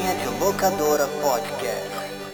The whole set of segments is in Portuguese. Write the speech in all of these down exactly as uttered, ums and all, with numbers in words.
Resenha de Locadora Podcast.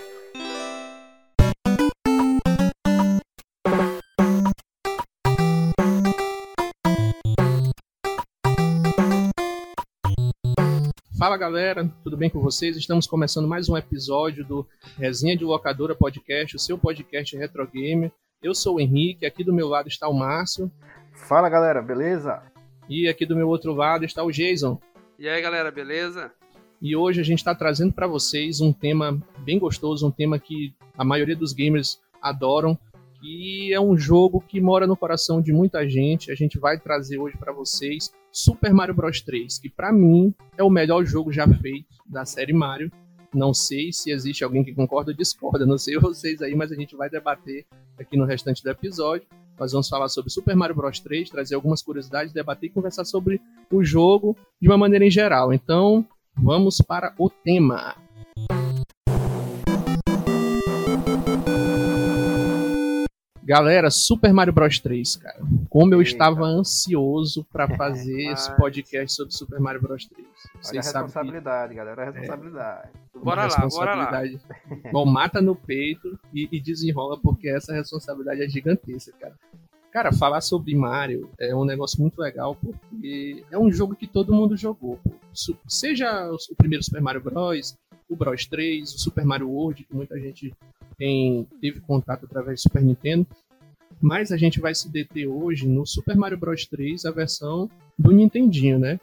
Fala galera, tudo bem com vocês? Estamos começando mais um episódio do Resenha de Locadora Podcast, o seu podcast Retro Gamer. Eu sou o Henrique, aqui do meu lado está o Márcio. Fala galera, beleza? E aqui do meu outro lado está o Jason. E aí galera, beleza? E hoje a gente está trazendo para vocês um tema bem gostoso, um tema que a maioria dos gamers adoram, e é um jogo que mora no coração de muita gente. A gente vai trazer hoje para vocês Super Mario Bros três, que para mim é o melhor jogo já feito da série Mario. Não sei se existe alguém que concorda ou discorda, não sei vocês aí, mas a gente vai debater aqui no restante do episódio. Nós vamos falar sobre Super Mario Bros três, trazer algumas curiosidades, debater e conversar sobre o jogo de uma maneira em geral. Então, vamos para o tema. Galera, Super Mario Bros três, cara. Como eu Eita. estava ansioso para fazer Mas... esse podcast sobre Super Mario Bros três. Olha Vocês a sabem responsabilidade, que galera, a responsabilidade. uma Bora lá, bora lá. responsabilidade. Bom, mata no peito e, e desenrola, porque essa responsabilidade é gigantesca, cara. Cara, falar sobre Mario é um negócio muito legal, porque é um jogo que todo mundo jogou. Pô. Seja o primeiro Super Mario Bros, o Bros três, o Super Mario World, que muita gente tem, teve contato através do Super Nintendo. Mas a gente vai se deter hoje no Super Mario Bros três, a versão do Nintendinho, né?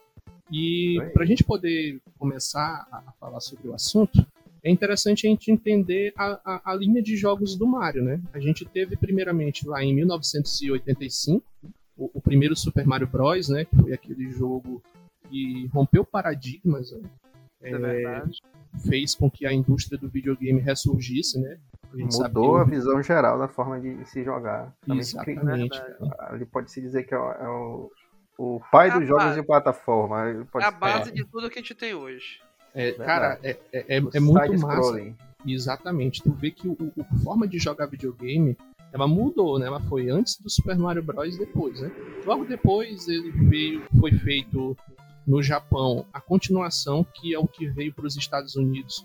E para a gente poder começar a falar sobre o assunto, é interessante a gente entender a, a, a linha de jogos do Mario, né? A gente teve primeiramente lá em mil novecentos e oitenta e cinco o, o primeiro Super Mario Bros, né? Que foi aquele jogo que rompeu paradigmas, né? É, é verdade. Fez com que a indústria do videogame ressurgisse, né? A Mudou a visão geral da forma de se jogar. Também Exatamente. Se... Ali pode-se dizer que é o, é o, o pai É dos jogos base. de plataforma. Pode... É a base É. de tudo que a gente tem hoje. É, Verdade. cara, é, é, é, é muito massa. Side-scrolling. Exatamente. Tu vê que o, o- a forma de jogar videogame, ela mudou, né? Ela foi antes do Super Mario Bros. E depois, né? Logo depois ele veio, foi feito no Japão a continuação, que é o que veio para os Estados Unidos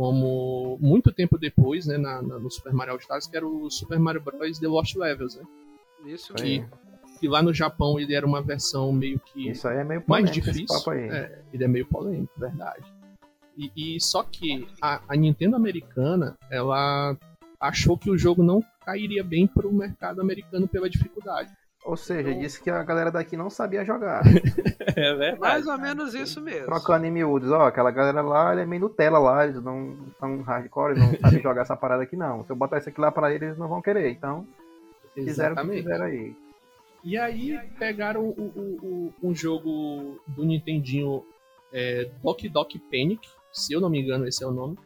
como muito tempo depois, né? Na, na- no Super Mario All Stars, que era o Super Mario Bros. The Lost Levels, né? Isso Aí. mesmo. Que lá no Japão ele era uma versão meio que Isso aí é meio mais polêmico, esse difícil. papo aí. É, ele é meio polêmico, verdade. E, e só que a, a Nintendo americana, ela achou que o jogo não cairia bem pro mercado americano pela dificuldade. Ou seja, disse que a galera daqui não sabia jogar. É verdade. Mais ou menos isso mesmo. Trocando em miúdos, ó, aquela galera lá, ele é meio Nutella lá, eles não são hardcore, eles não sabem jogar essa parada aqui não. Se eu botar isso aqui lá pra eles, eles não vão querer. Então, fizeram o que Exatamente. fizeram aí. E aí pegaram o, o, o, um jogo do Nintendinho, é, Doki Doki Panic, se eu não me engano esse é o nome,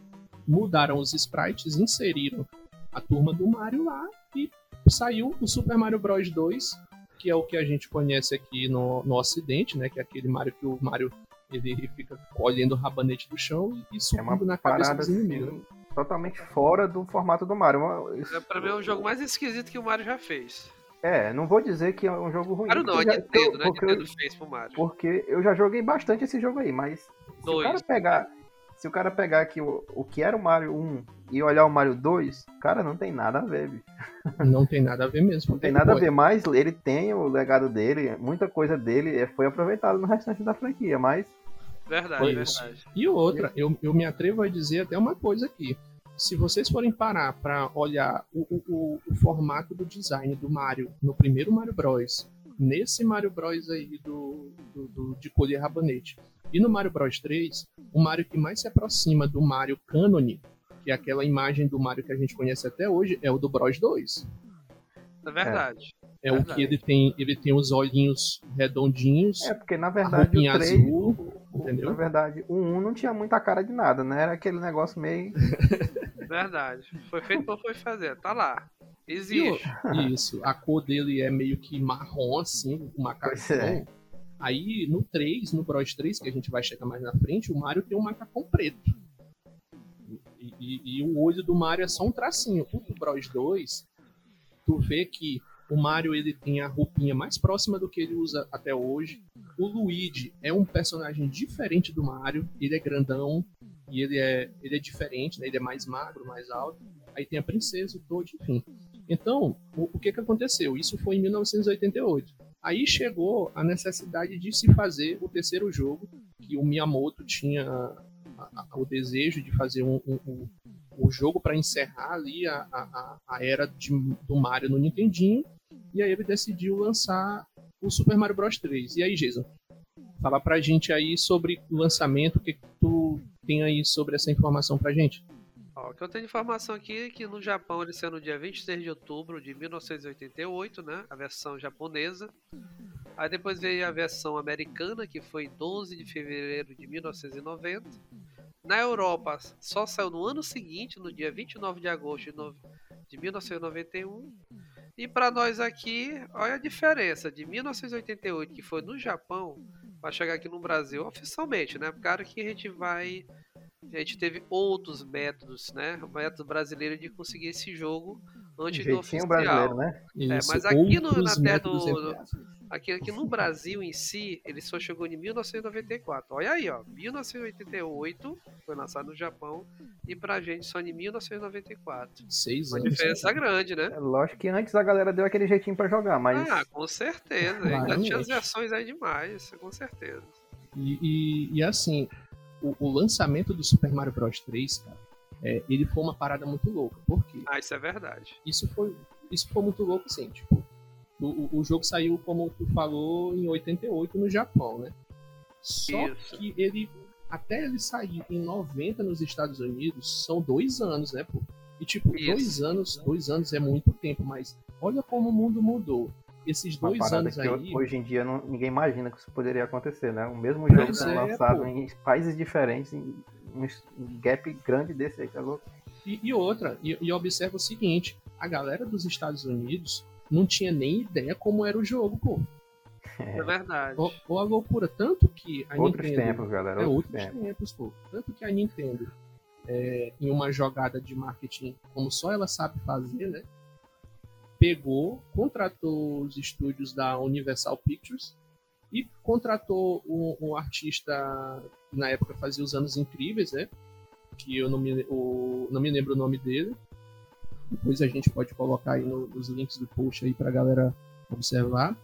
mudaram os sprites, inseriram a turma do Mario lá e saiu o Super Mario Bros dois, que é o que a gente conhece aqui no, no ocidente, né? Que é aquele Mario que o Mario ele fica colhendo o rabanete do chão e, e É uma subindo na cabeça parada dos inimigos. assim, totalmente fora do formato do Mario. Uma- isso- É, pra mim é o jogo mais esquisito que o Mario já fez. É, não vou dizer que é um jogo ruim. Mario não, é porque eu já- Nintendo, né? porque eu- Nintendo fez pro Mario. Porque eu já joguei bastante esse jogo aí, mas se o Dois. cara pegar, se o cara pegar aqui o, o que era o Mario um e olhar o Mario dois, cara, não tem nada a ver, bicho. Não tem nada a ver mesmo. Não tem nada a ver, mas ele tem o legado dele, muita coisa dele eh, foi aproveitada no restante da franquia, mas Verdade, Foi isso. verdade. E outra, eu, eu me atrevo a dizer até uma coisa aqui. Se vocês forem parar para olhar o, o, o, o formato do design do Mario no primeiro Mario Bros, nesse Mario Bros aí do, do, do- de colher rabanete, e no Mario Bros três, o Mario que mais se aproxima do Mario Canone, que é aquela imagem do Mario que a gente conhece até hoje, é o do Bros dois. É verdade. É o Verdade. que ele tem, ele tem os olhinhos redondinhos, é porque na a verdade o roupinha três, azul, o- entendeu? na verdade o um não tinha muita cara de nada, né? Era aquele negócio meio Verdade. Foi feito como foi fazer. Tá lá. E Existe. o- Isso, a cor dele é meio que marrom, assim, com macacão. Pois é. Aí no três, no Bros três, que a gente vai chegar mais na frente, o Mario tem um macacão preto. E, e- e o olho do Mario é só um tracinho. O do Bros dois, tu vê que o Mario ele tem a roupinha mais próxima do que ele usa até hoje. O Luigi é um personagem diferente do Mario, ele é grandão. e ele é, ele é diferente, né? Ele é mais magro, mais alto. Aí tem a princesa, o Toad, enfim. Então, o, o que que aconteceu? Isso foi em mil novecentos e oitenta e oito. Aí chegou a necessidade de se fazer o terceiro jogo, que o Miyamoto tinha a, a, o desejo de fazer um, um, um, um jogo para encerrar ali a, a, a era de, do Mario no Nintendinho, e aí ele decidiu lançar o Super Mario Bros três. E aí, Jason, fala pra gente aí sobre o lançamento, o que, que tu tem aí sobre essa informação pra gente? Ó, o que eu tenho de informação aqui é que no Japão ele saiu no dia vinte e seis de outubro de mil novecentos e oitenta e oito, né? A versão japonesa. Aí depois veio a versão americana, que foi doze de fevereiro de mil novecentos e noventa. Na Europa só saiu no ano seguinte, no dia vinte e nove de agosto de, no... de mil novecentos e noventa e um. E para nós aqui, olha a diferença de mil novecentos e oitenta e oito, que foi no Japão, vai chegar aqui no Brasil oficialmente, né? Claro que a gente vai... A gente teve outros métodos, né? O método brasileiro de conseguir esse jogo antes do oficial. Brasileiro, né? É, Isso, mas aqui no, na terra métodos do... Aqui, aqui no Brasil em si, ele só chegou em mil novecentos e noventa e quatro. Olha aí, ó. mil novecentos e oitenta e oito foi lançado no Japão e pra gente só em mil novecentos e noventa e quatro. Seis Uma anos. diferença grande, né? É lógico que antes a galera deu aquele jeitinho pra jogar, mas... Ah, com certeza. Ainda Claramente. tinha as versões aí demais, com certeza. E, e, e assim, o, o lançamento do Super Mario Bros três, cara, é, ele foi uma parada muito louca. Por quê? Ah, isso é verdade. Isso foi, isso foi muito louco, sim. Tipo, o, o jogo saiu, como tu falou, em oitenta e oito no Japão, né? Só Isso. que ele, até ele sair em noventa nos Estados Unidos, são dois anos, né, pô? E tipo, Isso. dois anos, dois anos é muito tempo, mas olha como o mundo mudou. Esses Uma dois parada anos que aí... hoje em dia não, ninguém imagina que isso poderia acontecer, né? O mesmo jogo Pois sendo é, lançado pô. em países diferentes, em um gap grande desse aí, tá louco? E, e outra, e, e observa o seguinte, a galera dos Estados Unidos não tinha nem ideia como era o jogo, pô. É, é verdade. Ou, ou a loucura, tanto que a Outros Nintendo... tempos, galera, É, outros outros tempos. tempos, pô. Tanto que a Nintendo, é, em uma jogada de marketing, como só ela sabe fazer, né? Pegou, contratou os estúdios da Universal Pictures e contratou um, um artista que na época fazia os Anos Incríveis, né? Que eu não me, o, não me lembro o nome dele. Depois a gente pode colocar aí no, nos links do post aí pra galera observar.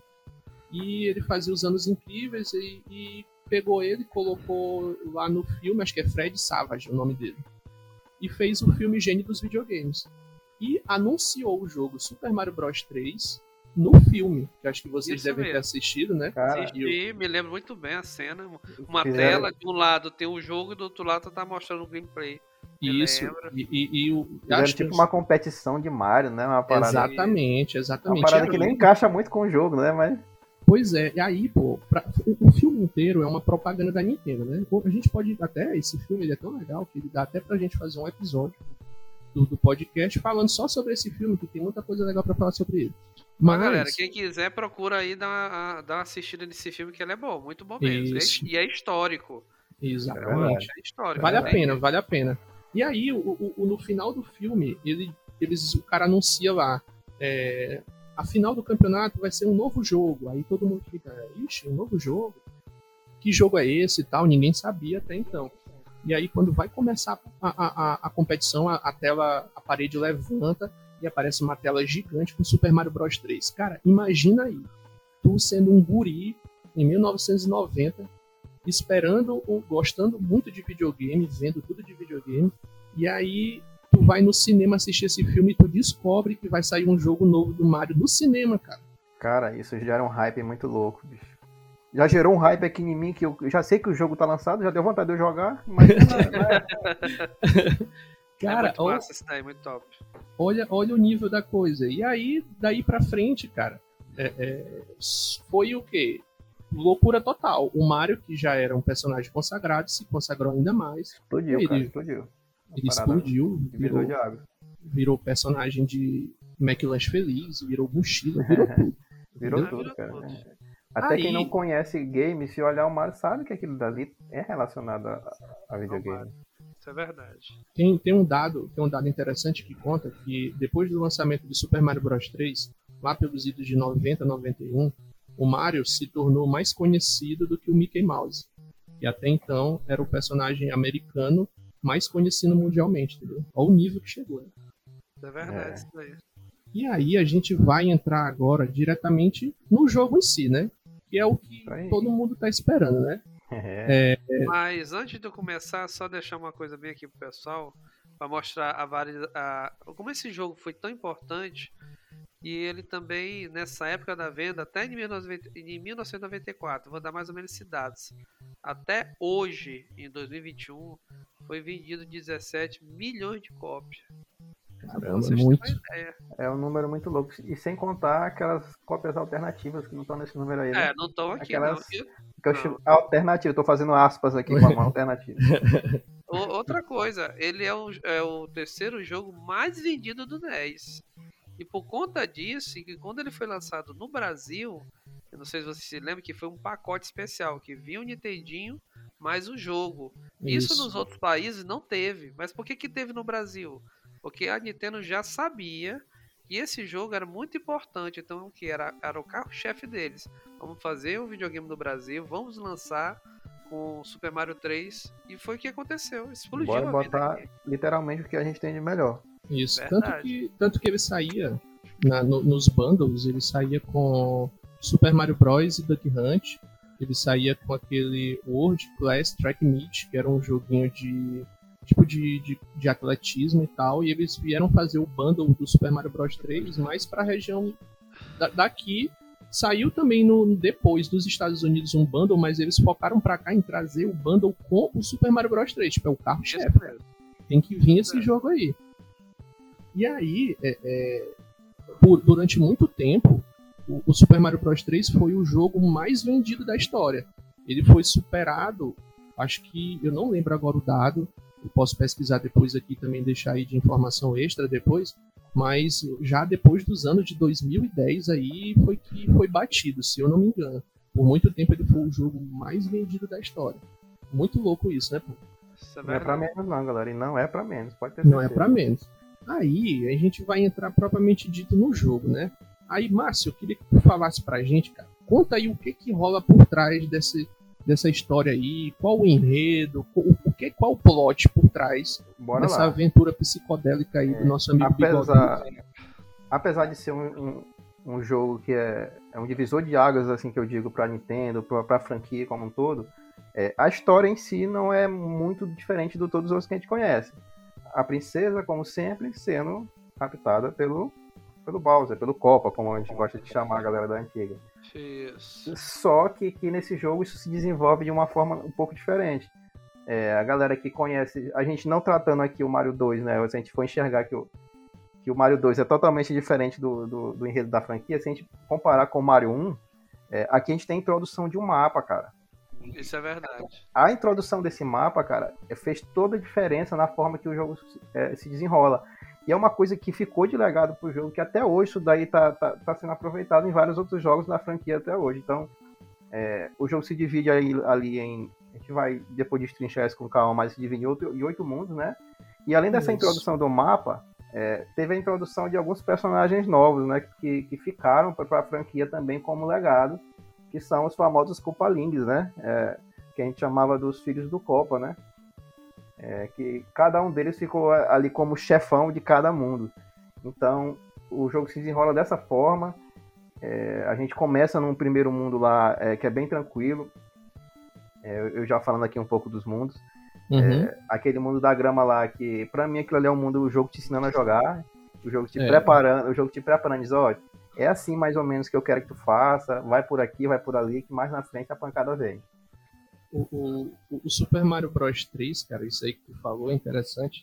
E ele fazia os Anos Incríveis e, e pegou ele, colocou lá no filme, acho que é Fred Savage o nome dele, e fez o filme Gênio dos Videogames. E anunciou o jogo Super Mario Bros três no filme, que acho que vocês Isso devem mesmo. ter assistido, né? Cara, Assisti, me lembro muito bem a cena. Uma Fizeram- tela, de um lado tem o jogo e do outro lado tá mostrando o gameplay. Me Isso. lembro. E, e, e o, Fizeram acho que tipo uma competição de Mario, né? Uma parada, Exatamente, uma exatamente. parada E que aí- nem encaixa muito com o jogo, né? Mas Pois é, e aí, pô, pra- o, o filme inteiro é uma propaganda da Nintendo, né? A gente pode até, esse filme ele é tão legal que ele dá até pra gente fazer um episódio do, do podcast falando só sobre esse filme, que tem muita coisa legal pra falar sobre ele. Mas, Mas, galera, quem quiser, procura aí dar uma, dar uma assistida nesse filme, que ele é bom, muito bom mesmo. Isso. E é histórico. exatamente. Realmente, é histórico. Vale a né? pena, vale a pena. E aí, o, o- o- no final do filme, ele, eles, o cara anuncia lá, é, a final do campeonato vai ser um novo jogo. Aí todo mundo fica, ixi, um novo jogo? Que jogo é esse e tal? Ninguém sabia até então. E aí, quando vai começar a, a, a, a competição, a, a tela, a parede levanta e aparece uma tela gigante com Super Mario Bros três. Cara, imagina aí, tu sendo um guri em mil novecentos e noventa, esperando, ou gostando muito de videogame, vendo tudo de videogame, e aí tu vai no cinema assistir esse filme e tu descobre que vai sair um jogo novo do Mario no cinema, cara. cara, isso gera um hype muito louco, bicho. Já gerou um hype aqui em mim que eu já sei que o jogo tá lançado, já deu vontade de eu jogar, mas não é- Cara, é muito ó, massa isso daí, muito top. olha, olha o nível da coisa. E aí, daí pra frente, cara, é, é, foi o quê? Loucura total. O Mario, que já era um personagem consagrado, se consagrou ainda mais. explodiu, Ele- cara, explodiu. Uma Ele parada explodiu, divisor virou, de água. virou personagem de McLanche Feliz, virou mochila, virou tudo. Virou Entendeu? tudo, cara. Virou tudo. É. Até Aí- quem não conhece game, se olhar o Mario, sabe que aquilo dali é relacionado a, a videogame. Isso é verdade. Tem, tem, um dado, tem um dado interessante que conta que depois do lançamento de Super Mario Bros três, lá pelos idos de noventa, noventa e um, o Mario se tornou mais conhecido do que o Mickey Mouse. E até então era o personagem americano mais conhecido mundialmente, entendeu? Olha o nível que chegou. Né? É verdade, É. isso daí. E aí a gente vai entrar agora diretamente no jogo em si, né? Que é o que Isso aí. todo mundo tá esperando, né? É. Mas antes de eu começar, só deixar uma coisa bem aqui pro pessoal, para mostrar a vari... a... como esse jogo foi tão importante. E ele também, nessa época da venda, até em mil novecentos e noventa e quatro, vou dar mais ou menos esses dados. Até hoje, em dois mil e vinte e um, foi vendido dezessete milhões de cópias. Caramba, Vocês muito. têm uma ideia. É um número muito louco. E sem contar aquelas cópias alternativas que não estão nesse número aí, né? É, não estão aqui Aquelas- não. viu? Que eu Não. chamo alternativa, tô fazendo aspas aqui com a mão alternativa. O- Outra coisa, ele é o, é o terceiro jogo mais vendido do N E S. E por conta disso, e que quando ele foi lançado no Brasil, eu não sei se você se lembra que foi um pacote especial, que vinha o Nintendinho mais o jogo. Isso, Isso. nos outros países não teve. Mas por que que teve no Brasil? Porque a Nintendo já sabia que esse jogo era muito importante, então que era, era o carro-chefe deles. Vamos fazer um videogame no Brasil, vamos lançar com Super Mario três, e foi o que aconteceu. Explodiu Bora a venda botar aqui. literalmente o que a gente tem de melhor. Isso. Verdade. Tanto que, tanto que ele saía na- no- nos bundles, ele saía com Super Mario Bros. E Duck Hunt. Ele saía com aquele World Class Track Meet, que era um joguinho de tipo de, de, de atletismo e tal. E eles vieram fazer o bundle do Super Mario Bros. três mais pra região da- daqui. Saiu também no, depois dos Estados Unidos um bundle, mas eles focaram pra cá em trazer o bundle com o Super Mario Bros. três, tipo, é o carro-chefe. Isso mesmo. Tem que vir esse É. jogo aí. E aí, é, é, por- durante muito tempo, o, o Super Mario Bros. três foi o jogo mais vendido da história. Ele foi superado, acho que, eu não lembro agora o dado, eu posso pesquisar depois aqui também, deixar aí de informação extra depois, mas já depois dos anos de dois mil e dez aí foi que foi batido, se eu não me engano. Por muito tempo ele foi o jogo mais vendido da história. Muito louco isso, né, pô? Isso é Não é pra verdade. menos não, galera. E não é pra menos. Pode ter Não é certeza. pra menos. Aí a gente vai entrar propriamente dito no jogo, né? Aí, Márcio, eu queria que tu falasse pra gente, cara. Conta aí o que que rola por trás desse, dessa história aí, qual o enredo, o, o que, qual o plot por trás Bora dessa lá. aventura psicodélica aí do nosso amigo Apesar, Bigode. apesar de ser um, um, um jogo que é, é um divisor de águas, assim, que eu digo, pra Nintendo, pra, pra franquia como um todo, é, a história em si não é muito diferente de todos os outros que a gente conhece. A princesa, como sempre, sendo raptada pelo, pelo Bowser, pelo Copa, como a gente gosta de chamar a galera da antiga. Isso. Só que, que nesse jogo isso se desenvolve de uma forma um pouco diferente. É, a galera que conhece, a gente não tratando aqui o Mario dois, né? Se a gente for enxergar que o, que o Mario dois é totalmente diferente do, do, do enredo da franquia, se a gente comparar com o Mario um, é, aqui a gente tem a introdução de um mapa, cara. Isso é verdade. A introdução desse mapa, cara, é, fez toda a diferença na forma que o jogo é, se desenrola. E é uma coisa que ficou de legado pro jogo, que até hoje isso daí tá, tá, tá sendo aproveitado em vários outros jogos da franquia até hoje. Então, é, o jogo se divide aí, ali em... A gente vai, depois de destrinchar isso com calma, mas se divide em oito, em oito mundos, né? E além dessa Isso. introdução do mapa, é, teve a introdução de alguns personagens novos, né? Que, que ficaram para a franquia também como legado, que são os famosos Koopalings, né? É, que a gente chamava dos filhos do Copa, né? É, que cada um deles ficou ali como chefão de cada mundo. Então, o jogo se desenrola dessa forma. É, a gente começa num primeiro mundo lá, é, que é bem tranquilo. É, eu já falando aqui um pouco dos mundos. Uhum. É, aquele mundo da grama lá, que pra mim aquilo ali é um mundo, o jogo te ensinando a jogar, o jogo te É. preparando, o jogo te preparando, diz, ó, é assim mais ou menos que eu quero que tu faça, vai por aqui, vai por ali, que mais na frente a pancada vem. O, o, o Super Mario Bros. três, cara, isso aí que tu falou é interessante.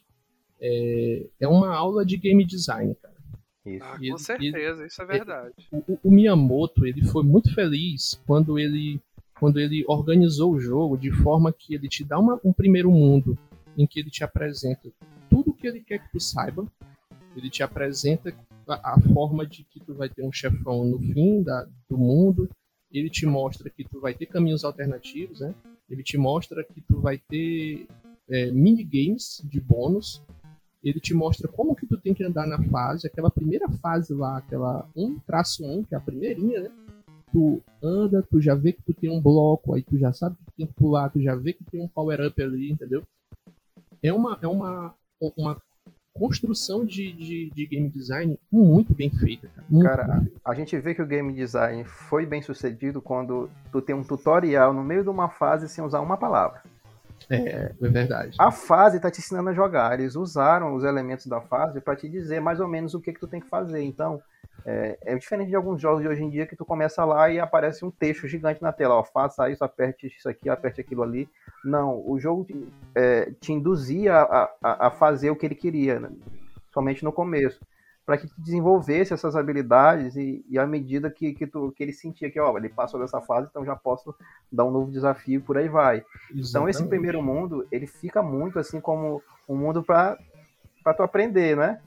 É, é uma aula de game design, cara. Isso. Ah, E- com certeza, isso é verdade. O, o- o Miyamoto, ele foi muito feliz quando ele, quando ele organizou o jogo de forma que ele te dá uma- um primeiro mundo em que ele te apresenta tudo que ele quer que tu saiba. Ele te apresenta a, a forma de que tu vai ter um chefão no fim da, do mundo. Ele te mostra que tu vai ter caminhos alternativos, né? Ele te mostra que tu vai ter é, minigames de bônus. Ele te mostra como que tu tem que andar na fase, aquela primeira fase lá, aquela um traço um, que é a primeirinha, né? Tu anda, tu já vê que tu tem um bloco, aí tu já sabe que tu tem que pular, tu já vê que tem um power-up ali, entendeu? é uma, é uma, uma construção de, de, de game design muito bem feita, cara. Muito Cara, bem feita. a gente vê que o game design foi bem sucedido quando tu tem um tutorial no meio de uma fase sem usar uma palavra. É, é verdade. A fase tá te ensinando a jogar. Eles usaram os elementos da fase para te dizer mais ou menos o que que tu tem que fazer. Então, é, é diferente de alguns jogos de hoje em dia que tu começa lá e aparece um texto gigante na tela. Ó, faça isso, aperte isso aqui, aperte aquilo ali. Não, o jogo te, é, te induzia a, a, a fazer o que ele queria, né? Somente no começo. Para que tu desenvolvesse essas habilidades e, e à medida que, que, tu, que ele sentia que, ó, ele passou dessa fase, então já posso dar um novo desafio, por aí vai. Exatamente. Então esse primeiro mundo, ele fica muito assim como um mundo para para tu aprender, né?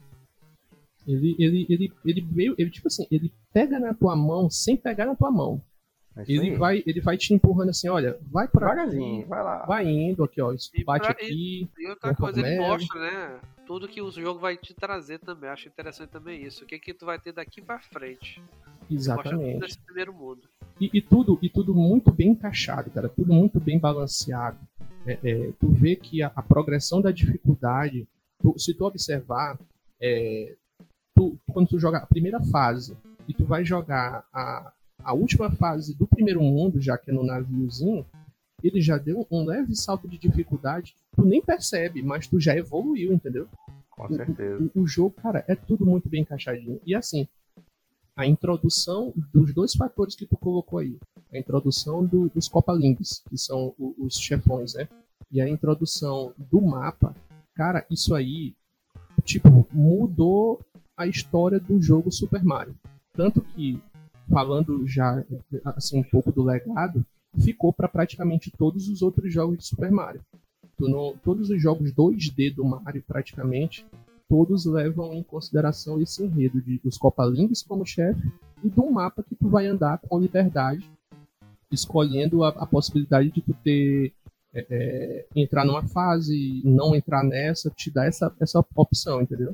Ele, ele, ele, ele veio, ele, tipo assim, ele pega na tua mão sem pegar na tua mão. É isso Ele aí. vai, ele vai te empurrando assim, olha, vai por Devagarzinho, aqui, vai lá. vai indo aqui, ó, E bate pra- aqui. E outra Tem coisa, ele cogumelo. mostra, né? Tudo que o jogo vai te trazer também. Acho interessante também isso. O que que tu vai ter daqui pra frente. Mostra tudo Exatamente. nesse primeiro mundo. E, e tudo, e tudo muito bem encaixado, cara. Tudo muito bem balanceado. É, é, tu vê que a, a progressão da dificuldade, tu- se tu observar, é, tu- quando tu joga a primeira fase e tu vai jogar a, a última fase do primeiro mundo, já que é no naviozinho, ele já deu um leve salto de dificuldade. Tu nem percebe, mas tu já evoluiu, entendeu? Com certeza. O, o jogo, cara, é tudo muito bem encaixadinho. E assim, a introdução dos dois fatores que tu colocou aí. A introdução do, dos Copalings, que são o, os chefões, né? E a introdução do mapa. Cara, isso aí, tipo, mudou a história do jogo Super Mario. Tanto que, falando já, assim, um pouco do legado, ficou para praticamente todos os outros jogos de Super Mario. Tu não, todos os jogos dois D do Mario, praticamente, todos levam em consideração esse enredo de, dos Copalings como chefe e do mapa que tu vai andar com liberdade, escolhendo a, a possibilidade de tu ter é, é, entrar numa fase, não entrar nessa, te dá essa, essa opção, entendeu?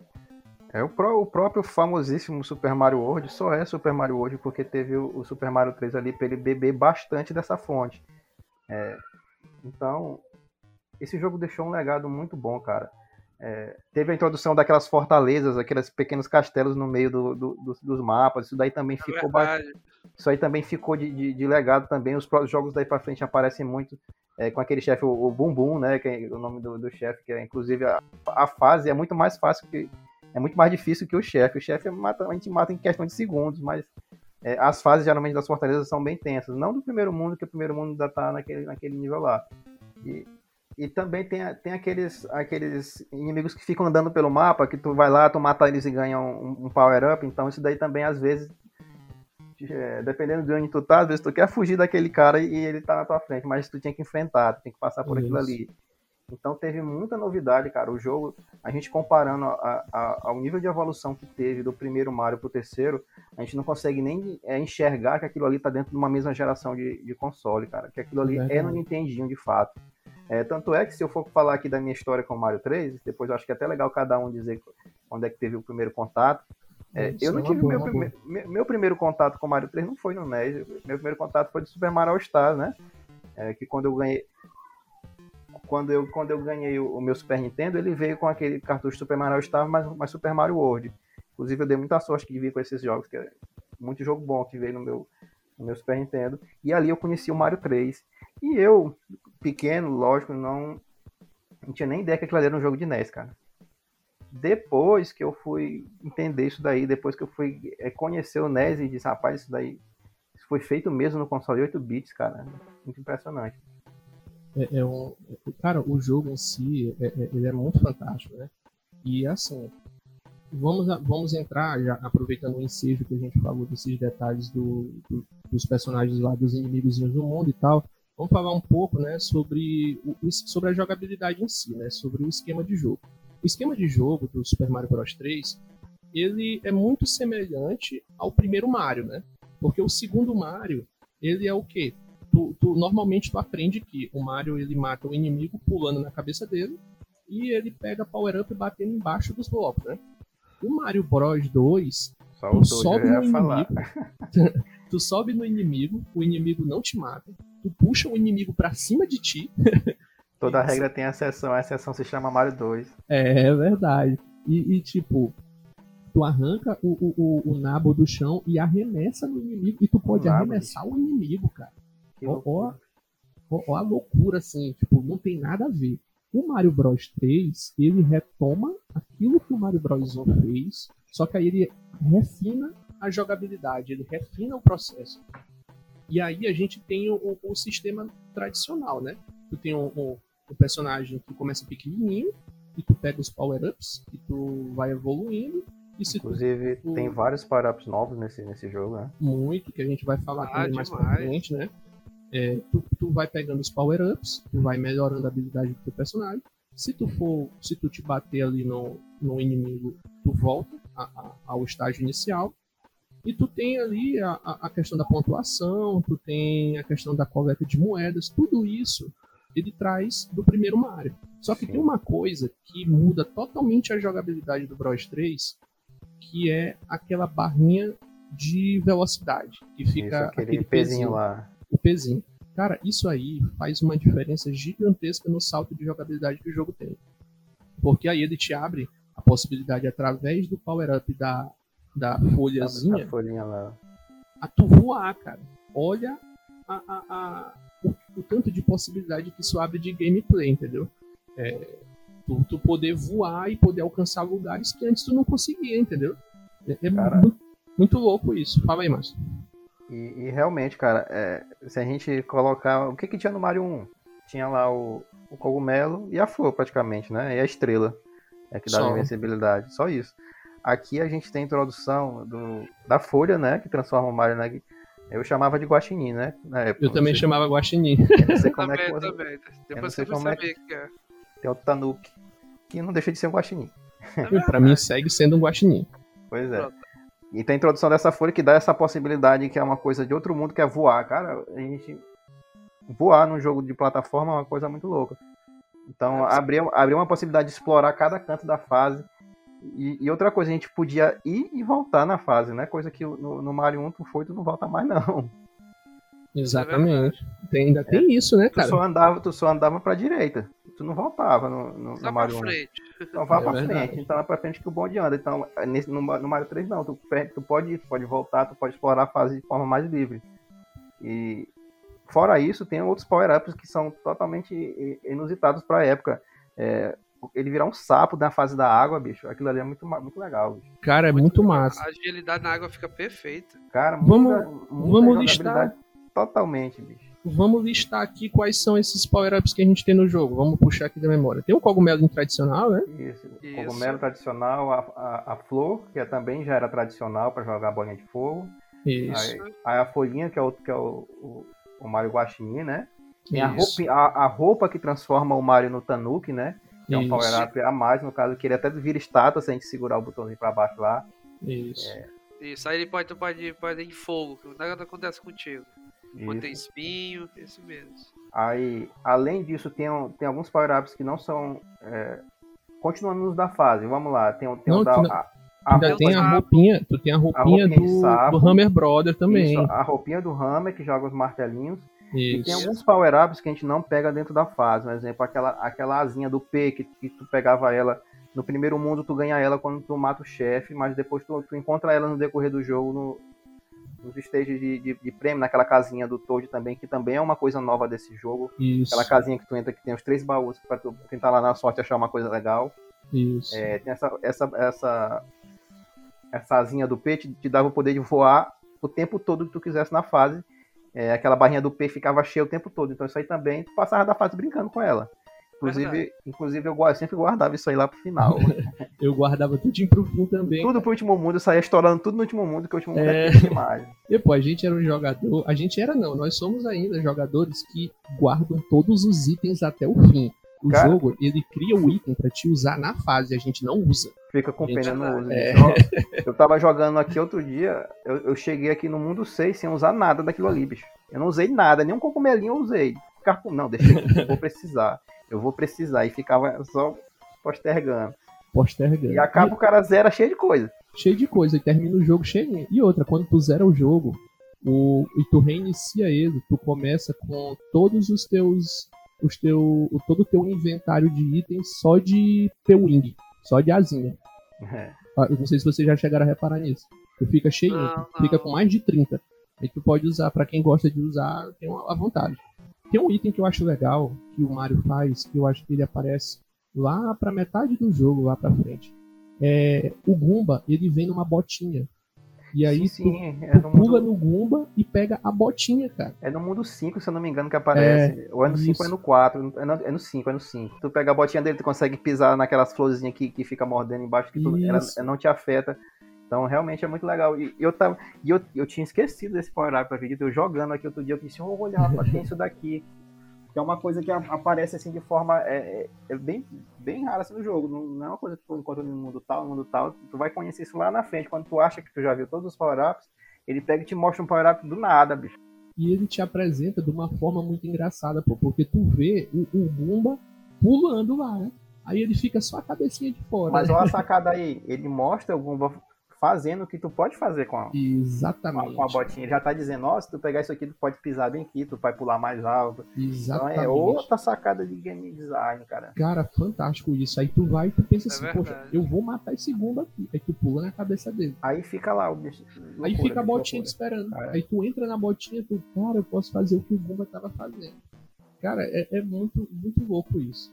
É o, pró- o próprio famosíssimo Super Mario World só é Super Mario World porque teve o, o Super Mario três ali para ele beber bastante dessa fonte. É, então, esse jogo deixou um legado muito bom, cara. É, teve a introdução daquelas fortalezas, aqueles pequenos castelos no meio do, do, dos, dos mapas. Isso daí também É ficou ba- verdade. Isso aí também ficou de, de, de legado também. Os próprios jogos daí pra frente aparecem muito é, com aquele chefe, o, o Bum Bum, né? Que é o nome do, do chefe, que é inclusive a, a fase é muito mais fácil que. É muito mais difícil que o chefe. O chefe mata, a gente mata em questão de segundos, mas é, as fases geralmente das fortalezas são bem tensas. Não do primeiro mundo, que o primeiro mundo ainda tá naquele, naquele nível lá. E, e também tem, tem aqueles, aqueles inimigos que ficam andando pelo mapa, que tu vai lá, tu mata eles e ganha um, um power-up. Então isso daí também, às vezes, é, dependendo de onde tu tá, às vezes tu quer fugir daquele cara e ele tá na tua frente, mas tu tinha que enfrentar, tu tem que passar por aquilo Isso. ali. Então teve muita novidade, cara. O jogo, a gente comparando a, a, ao nível de evolução que teve do primeiro Mario pro terceiro, a gente não consegue nem é, enxergar que aquilo ali tá dentro de uma mesma geração de, de console, cara. Que aquilo ali Verdade. é no Nintendinho, de fato. É, tanto é que se eu for falar aqui da minha história com o Mario três, depois eu acho que é até legal cada um dizer onde é que teve o primeiro contato. É, Isso, eu não é uma tive boa, meu, uma prime... meu, meu primeiro contato com o Mario três não foi no N E S. Meu primeiro contato foi do Super Mario All Stars, né? É, que quando eu ganhei quando eu, quando eu ganhei o, o meu Super Nintendo, ele veio com aquele cartucho Super Mario All Stars, mas, mas Super Mario World. Inclusive eu dei muita sorte de vir com esses jogos, que é muito jogo bom que veio no meu, no meu Super Nintendo. E ali eu conheci o Mario três. E eu, pequeno, lógico, não, não tinha nem ideia que aquilo ali era um jogo de N E S, cara. Depois que eu fui entender isso daí, depois que eu fui é, conhecer o N E S e disse, rapaz, isso daí isso foi feito mesmo no console oito bits, cara. Muito impressionante. É, é um, cara, o jogo em si, é, é, ele é muito fantástico, né? E assim, vamos, a- vamos entrar, já aproveitando o ensejo que a gente falou desses detalhes do, do- dos personagens lá, dos inimigos do mundo e tal, vamos falar um pouco, né, sobre, o, o- sobre a jogabilidade em si, né? Sobre o esquema de jogo. O esquema de jogo do Super Mario Bros três, ele é muito semelhante ao primeiro Mario, né? Porque o segundo Mario, ele é o quê? Tu, tu- normalmente tu aprende que o Mario ele mata o inimigo pulando na cabeça dele e ele pega power-up batendo embaixo dos blocos, né? O Mario Bros dois, Só tu o dois sobe eu no ia falar. inimigo, tu sobe no inimigo, o inimigo não te mata, tu puxa o inimigo pra cima de ti, Toda Isso. regra tem exceção, a exceção se chama Mario dois. É, é verdade. E, e, tipo, tu arranca o, o, o, o nabo do chão e arremessa no inimigo. E tu pode O nabo, arremessar o inimigo, cara. Que Ó, loucura. ó, ó a loucura, assim, tipo, não tem nada a ver. O Mario Bros três, ele retoma aquilo que o Mario Bros um fez, só que aí ele refina a jogabilidade, ele refina o processo. E aí a gente tem o, o, o sistema tradicional, né? Tu tem o, o, o personagem que começa pequenininho, e tu pega os power-ups, e tu vai evoluindo. E se Inclusive, tu, tem vários power-ups novos nesse, nesse jogo, né? muito, que a gente vai falar Ah, também mais pra demais. frente, né? É, tu, tu vai pegando os power-ups, tu vai melhorando a habilidade do teu personagem. Se tu for, se tu te bater ali no, no inimigo, tu volta a, a, ao estágio inicial. E tu tem ali a, a questão da pontuação, tu tem a questão da coleta de moedas, tudo isso ele traz do primeiro Mario. Só que Sim. tem uma coisa que muda totalmente a jogabilidade do Bros três, que é aquela barrinha de velocidade, que fica Isso, aquele, aquele pezinho lá. o pezinho. Cara, isso aí faz uma diferença gigantesca no salto de jogabilidade que o jogo tem. Porque aí ele te abre a possibilidade, através do power-up da, da folhazinha, A folhinha lá. a tu voar, cara. Olha a, a, a, o, o tanto de possibilidade que isso abre de gameplay, entendeu? É, tu, tu poder voar e poder alcançar lugares que antes tu não conseguia, entendeu? É, é Cara. muito, muito louco isso. Fala aí, Márcio. E, e realmente, cara, é, se a gente colocar... O que que tinha no Mario um? Tinha lá o, o cogumelo e a flor, praticamente, né? E a estrela, é que dá Só. invencibilidade. Só isso. Aqui a gente tem a introdução do, da folha, né? Que transforma o Mario na... Eu chamava de guaxinim, né? Na época, Eu também não sei- chamava Guaxinim. eu não sei como é que Também, você... também. não Depois sei que eu fui como é saber que é. Tem o Tanuki, que não deixa de ser um guaxinim. Pra mim segue sendo um Guaxinim. Pois é. Pronto. E tem a introdução dessa folha que dá essa possibilidade, que é uma coisa de outro mundo, que é voar. Cara, a gente... Voar num jogo de plataforma é uma coisa muito louca. Então, É, abriu, abriu uma possibilidade de explorar cada canto da fase. E, e outra coisa, a gente podia ir e voltar na fase, né? Coisa que no, no Mario um tu foi, tu não volta mais, não. Exatamente. Tem, ainda tem isso, né, Tu cara? só andava, tu só andava pra direita. Tu não voltava no, no, Só no pra Mario um. frente. Então vai É pra verdade. frente, então é pra frente que o bonde anda. Então, nesse, no, no Mario três não, tu, tu pode ir, tu pode voltar, tu pode explorar a fase de forma mais livre. E fora isso, tem outros power-ups que são totalmente inusitados pra época. É, ele virar um sapo na fase da água, bicho, aquilo ali é muito, ma- muito legal, bicho. Cara, é muito legal. massa. A agilidade na água fica perfeita. Cara, Vamos- muda, muda vamos a listar. jogabilidade totalmente, bicho. Vamos listar aqui quais são esses power-ups que a gente tem no jogo. Vamos puxar aqui da memória. Tem o cogumelo tradicional, né? Isso, Isso. cogumelo tradicional, a, a, a flor, que é, também já era tradicional pra jogar bolinha de fogo. Isso. Aí, aí a folhinha, que é o, que é o, o, o Mario Guaxinim, né? Tem a Isso. roupa, a, a roupa que transforma o Mario no Tanuki, né? Que é um Isso. power-up a mais, no caso, que ele até vira estátua se a gente segurar o botãozinho pra baixo lá. Isso. Isso, aí ele pode, tu pode, pode ir em fogo, que nada acontece contigo. Quando tem Isso. espinho, isso mesmo. Aí, além disso, tem, um- tem alguns power-ups que não são... É, continuando nos da fase, vamos lá. Tem, o- tem Não, o da... que não- A, a Ainda roupa tem de a sapo. roupinha. Tu tem a roupinha, roupinha de do, sapo. do Hammer Brother também. isso, a roupinha do Hammer, que joga os martelinhos. E tem Isso. alguns power-ups que a gente não pega dentro da fase. Por exemplo, aquela, aquela asinha do P, que, que tu pegava ela no primeiro mundo, tu ganha ela quando tu mata o chefe, mas depois tu, tu encontra ela no decorrer do jogo, no, nos stages de, de, de prêmio, naquela casinha do Toad também, que também é uma coisa nova desse jogo. Isso. Aquela casinha que tu entra, que tem os três baús, pra tu tentar lá na sorte achar uma coisa legal. Isso. É, tem essa, essa, essa, essa asinha do P, te, te dava o poder de voar o tempo todo que tu quisesse na fase. É, aquela barrinha do P ficava cheia o tempo todo. Então isso aí também, tu passava da fase brincando com ela. Inclusive, inclusive eu, gua- eu sempre guardava isso aí lá pro final. Eu guardava tudinho pro fim também. Tudo pro último mundo, eu saía estourando tudo no último mundo, que o último mundo É. é triste demais. E, pô, a gente era um jogador. A gente era não, nós somos ainda jogadores que guardam todos os itens até o fim. O Cara. jogo, ele cria o item pra te usar na fase, a gente não usa. Fica com Gente, pena no uso. é. bicho. Ó, eu tava jogando aqui outro dia, eu, eu cheguei aqui no mundo seis sem usar nada daquilo ali, bicho. Eu não usei nada, nem um cogumelinho eu usei. Ficar com... Não, deixa eu, eu vou precisar. Eu vou precisar. E ficava só postergando. Postergando. E acaba o cara zera cheio de coisa. E cheio de coisa, e termina o jogo cheio. E outra, quando tu zera o jogo, o, e tu reinicia ele, tu começa com todos os teus os teu, o, todo o teu inventário de itens só de teu wing, só de asinha. É. Ah, eu não sei se vocês já chegaram a reparar nisso. Tu fica cheio, Não, tu fica não. com mais de trinta. Aí tu pode usar, pra quem gosta de usar, tem uma, à vontade. Tem um item que eu acho legal, que o Mario faz, que eu acho que ele aparece lá pra metade do jogo, lá pra frente. É, o Goomba, ele vem numa botinha. E aí sim, tu, sim, é tu no pula mundo, no Goomba e pega a botinha, cara. é no mundo cinco, se eu não me engano, que aparece. ou é no cinco ou é isso. no quatro. É no, é no cinco, é no cinco. Tu pega a botinha dele, tu consegue pisar naquelas florzinhas que, que fica mordendo embaixo, que tu, ela, Isso. ela não te afeta. Então, realmente é muito legal. E eu, tava, e eu, eu tinha esquecido desse power-up, eu acredito. Eu jogando aqui outro dia, eu disse, oh, olha, rapaz, tem isso daqui. Que é uma coisa que a- aparece assim de forma é, é, é bem, bem rara assim, no jogo. Não, não é uma coisa que tu encontra no mundo tal, no mundo tal. Tu vai conhecer isso lá na frente. Quando tu acha que tu já viu todos os power-ups, ele pega e te mostra um power-up do nada, bicho. E ele te apresenta de uma forma muito engraçada, pô, porque tu vê o, o Goomba pulando lá, né? Aí ele fica só a cabecinha de fora. Mas né? olha a sacada aí. Ele mostra o Goomba fazendo o que tu pode fazer com a, Exatamente. com a botinha. Ele já tá dizendo, ó, se tu pegar isso aqui, tu pode pisar bem aqui, tu vai pular mais alto. Então Exatamente. é outra sacada de game design, cara. Cara, fantástico isso. Aí tu vai e tu pensa É assim, verdade. poxa, eu vou matar esse Goomba aqui. Aí tu pula na cabeça dele. Aí fica lá o bicho. Loucura, Aí fica a bicho, botinha te loucura. esperando. É. Aí tu entra na botinha, tu, cara, eu posso fazer o que o Goomba tava fazendo. Cara, é, é muito, muito louco isso.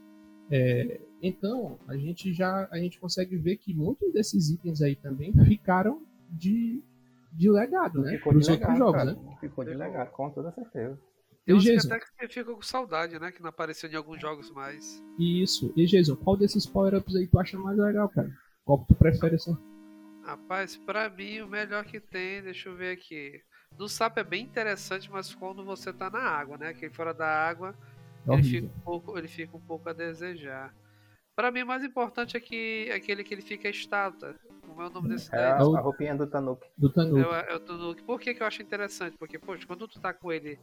É, então, a gente já a gente consegue ver que muitos desses itens aí também ficaram de, de legado, né? Ficou Para de os outros legado, jogos, cara. né? Ficou de legado, com toda certeza. Tem E uns que Jason? até que você fica com saudade, né? Que não apareceu em alguns jogos mais. Isso. E Jason, qual desses power-ups aí tu acha mais legal, cara? Qual que tu prefere assim? Rapaz, pra mim o melhor que tem, deixa eu ver aqui. No sapo é bem interessante, mas quando você tá na água, né? Que fora da água, É ele fica, horrível. um pouco, ele fica um pouco a desejar. Pra mim, o mais importante é que aquele que ele fica estátua. Como é o nome desse É daí? a, É o- a roupinha do Tanuki. Do É Tanuki. o, é o Tanuki. Por que, que eu acho interessante? Porque, poxa, quando tu tá com ele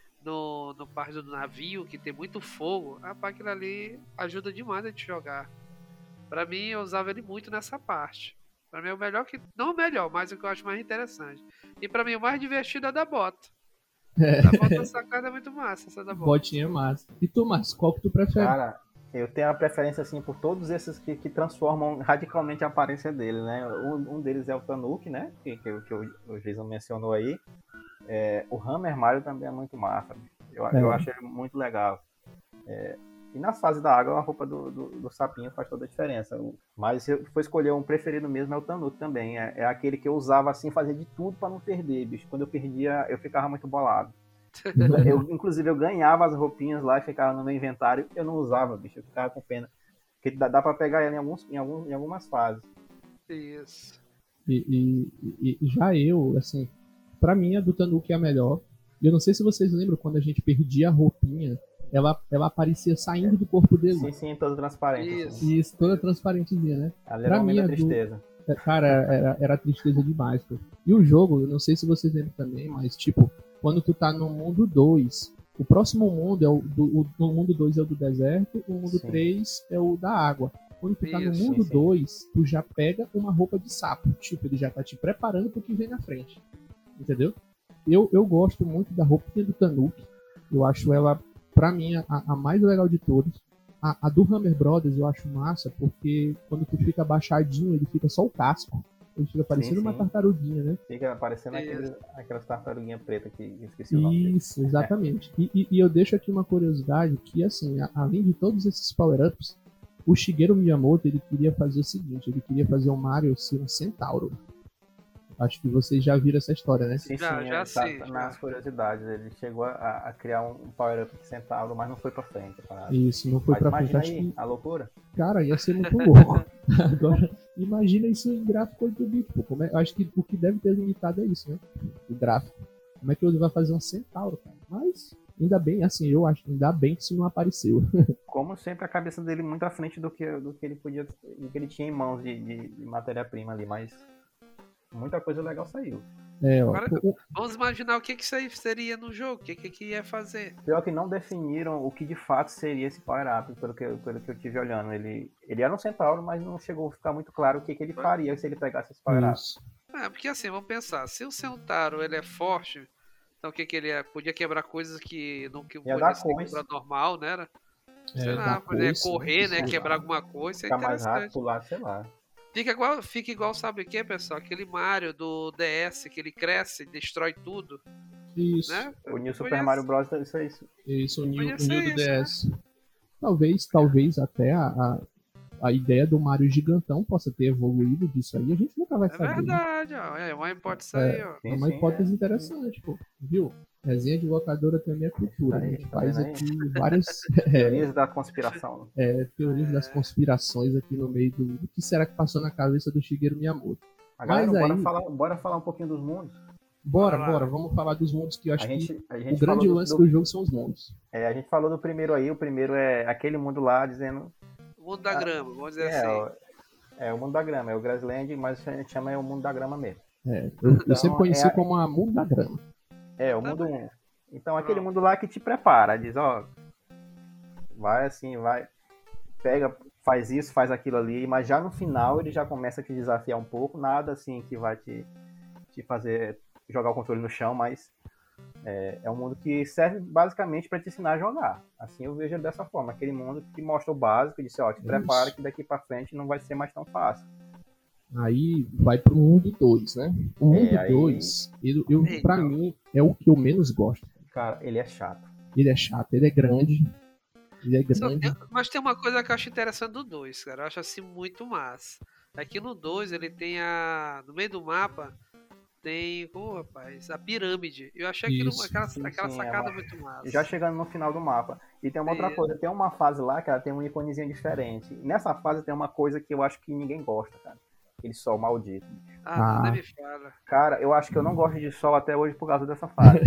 no, no parte do navio, que tem muito fogo, rapaz, aquilo ali ajuda demais a te jogar. Pra mim, eu usava ele muito nessa parte. Pra mim é o melhor que. Não o melhor, mas o que eu acho mais interessante. E pra mim o mais divertido é da bota. Da bota sacada é muito massa, essa da bota. Botinha massa. E tu, Márcio, qual que tu prefere? Cara, eu tenho a preferência assim por todos esses que, que transformam radicalmente a aparência dele, né? Um, um deles é o Tanuki, né? Que, que, que o, o Jason mencionou aí. É, o Hammer Mario também é muito massa. Eu, É. eu acho ele muito legal. É, e nas fases da água, a roupa do, do, do sapinho faz toda a diferença. O- Mas se eu for escolher um preferido mesmo, é o Tanuki também. É, é aquele que eu usava assim, fazia de tudo pra não perder, bicho. Quando eu perdia, eu ficava muito bolado. Eu, inclusive, eu ganhava as roupinhas lá e ficava no meu inventário. Eu não usava, bicho. Eu ficava com pena. Porque dá, dá pra pegar ela em, alguns, em, alguns, em algumas fases. Isso. E, e- e- e já eu, assim, pra mim a do Tanuki é a melhor. E eu não sei se vocês lembram quando a gente perdia a roupinha, ela, ela aparecia saindo do corpo dele. Sim, sim, toda transparente. Isso. Assim. E isso, toda transparentezinha, né? Ali Pra era o mim, momento a da do- tristeza. É, Cara, era, era tristeza demais, pô. E o jogo, eu não sei se vocês lembram também, mas tipo, quando tu tá no mundo dois, o próximo mundo é o do o, o mundo dois é o do deserto, o mundo Sim. três é o da água. Quando tu tá no Isso, mundo sim, sim. dois, tu já pega uma roupa de sapo. Tipo, ele já tá te preparando pro que vem na frente. Entendeu? Eu, eu gosto muito da roupinha do Tanuki. Eu acho ela, pra mim, a, a mais legal de todas. A, a do Hammer Brothers eu acho massa, porque quando tu fica abaixadinho, ele fica só o casco. Ele fica parecendo sim. uma tartaruguinha, né? Fica aparecendo Isso. aqueles, aquelas tartaruguinhas pretas que eu esqueci o nome dele. Isso, exatamente. E, e- e eu deixo aqui uma curiosidade que, assim, a- além de todos esses power-ups, o Shigeru Miyamoto, ele queria fazer o seguinte, ele queria fazer o Mario ser um centauro. Acho que vocês já viram essa história, né? Sim, Já, sim, já é, sei, tá já. nas curiosidades. Ele chegou a, a criar um power-up de centauro, mas não foi pra frente. a parada. Isso, não foi Mas pra frente. imagina Acho aí, que, a loucura. cara, ia ser muito louco. Agora, imagina isso em gráfico oito bits, pô. Como é- eu acho que o que deve ter limitado é isso, né? O gráfico. Como é que ele vai fazer um centauro, cara? Mas, ainda bem, assim, eu acho, ainda bem que isso não apareceu. Como sempre, a cabeça dele muito à frente do que, do que ele podia, do que ele tinha em mãos de, de- de matéria-prima ali, mas muita coisa legal saiu. É, ó. Agora- o- Vamos imaginar o que, que isso aí seria no jogo, o que, que, que ia fazer. Pior que não definiram o que de fato seria esse power-up, pelo que, eu- pelo que eu tive olhando. Ele, ele era um centauro, mas não chegou a ficar muito claro o que, que ele faria se ele pegasse esse power-up. Isso. É, porque assim, vamos pensar, se o Centauro ele é forte, então o que, que ele é? Podia quebrar coisas que não que Ia podia dar ser coice. quebrado normal, né? Era? Sei É, lá, da poder coice, correr, né? sei Quebrar lá. alguma coisa, isso é Ficar mais rápido, interessante. pular, sei lá. Fica igual, fica igual, sabe o que, pessoal? Aquele Mario do D S, que ele cresce, destrói tudo, Isso, né? O New Super Podia- Mario Bros. Isso é isso. isso, o New, Podia o ser New do isso, né? D S. Talvez, talvez até a, a, a ideia do Mario gigantão possa ter evoluído disso aí, a gente nunca vai É saber. né? verdade, ó. É uma hipótese aí, ó. É uma Sim, hipótese é. interessante, pô. Viu? Resenha de locadora também é cultura. A Aí, gente tá faz vendo aí? aqui várias é, Teorias da conspiração. é, teorias das conspirações aqui no meio do, do que será que passou na cabeça do Shigeru Miyamoto. Mas, galera, Mas bora, aí- falar, bora falar um pouquinho dos mundos. Bora, Bora lá. bora, vamos falar dos mundos que eu A acho que gente, a o gente grande falou do- lance do, do jogo são os mundos. é, a gente falou do primeiro aí. O primeiro é aquele mundo lá dizendo. O mundo da Ah, grama, vamos dizer É, assim. o- é o mundo da grama, é o Grassland, mas a gente chama é o mundo da grama mesmo. É, eu, eu Então, sempre conheci é a- como a mundo da grama. É, o Tá mundo bem. um. Então, aquele Pronto. mundo lá que te prepara, diz, ó, vai assim, vai, pega, faz isso, faz aquilo ali, mas já no final ele já começa a te desafiar um pouco, nada assim que vai te, te fazer jogar o controle no chão, mas é, é um mundo que serve basicamente para te ensinar a jogar. Assim eu vejo dessa forma, aquele mundo que mostra o básico, disse, ó, te Isso. prepara que daqui para frente não vai ser mais tão fácil. Aí vai pro mundo dois, né? O mundo É, aí- dois, eu, eu, Eita. pra mim, é o que eu menos gosto. Cara, ele é chato. Ele é chato, ele é grande. Ele é Só grande. tem- mas tem uma coisa que eu acho interessante do dois, cara. Eu acho assim muito massa. Aqui no dois ele tem a. No meio do mapa tem. Ô, rapaz, a pirâmide. Eu achei aquilo, Isso. aquela, Sim, aquela sim, é sacada uma- muito massa. Já chegando no final do mapa. E tem uma outra Sim. coisa, tem uma fase lá que ela tem um íconezinho diferente. Nessa fase tem uma coisa que eu acho que ninguém gosta, cara. Aquele sol maldito. Ah, Ah. nem me fala. Cara, eu acho que eu não gosto de sol até hoje por causa dessa fase.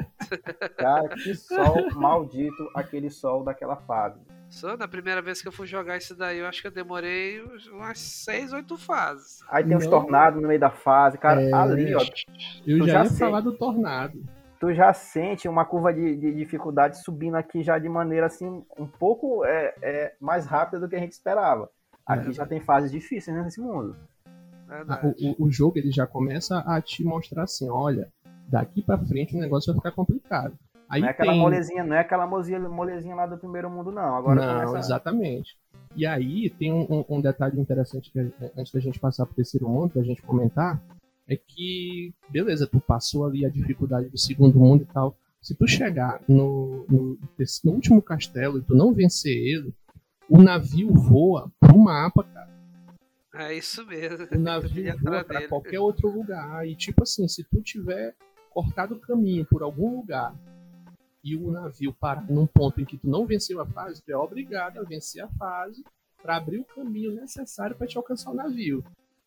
Cara, que sol maldito aquele sol daquela fase. Só na primeira vez que eu fui jogar isso daí, eu acho que eu demorei umas seis, oito fases. Aí tem os Não. tornados no meio da fase. Cara, É. ali, ó, Eu tu já, já ia sei. falar do tornado. tu já sente uma curva de, de dificuldade subindo aqui já de maneira assim, um pouco é, é, mais rápida do que a gente esperava. Aqui É. já tem fases difíceis, né, nesse mundo. Ah, Verdade. O, o, o jogo ele já começa a te mostrar assim, olha, daqui pra frente o negócio vai ficar complicado. Aí Não é aquela tem... molezinha, não é aquela molezinha, molezinha lá do primeiro mundo, não. Agora Não, começa. exatamente. E aí tem um, um- um detalhe interessante que a- antes da gente passar pro terceiro mundo, pra gente comentar, é que, beleza, tu passou ali a dificuldade do segundo mundo e tal. Se tu chegar no, no, no último castelo e tu não vencer ele, o navio voa pro mapa, cara. É isso mesmo. O navio ia voa atrás pra dele. qualquer outro lugar. E tipo assim, se tu tiver cortado o caminho por algum lugar e o navio parar num ponto em que tu não venceu a fase, tu é obrigado a vencer a fase para abrir o caminho necessário para te alcançar o navio.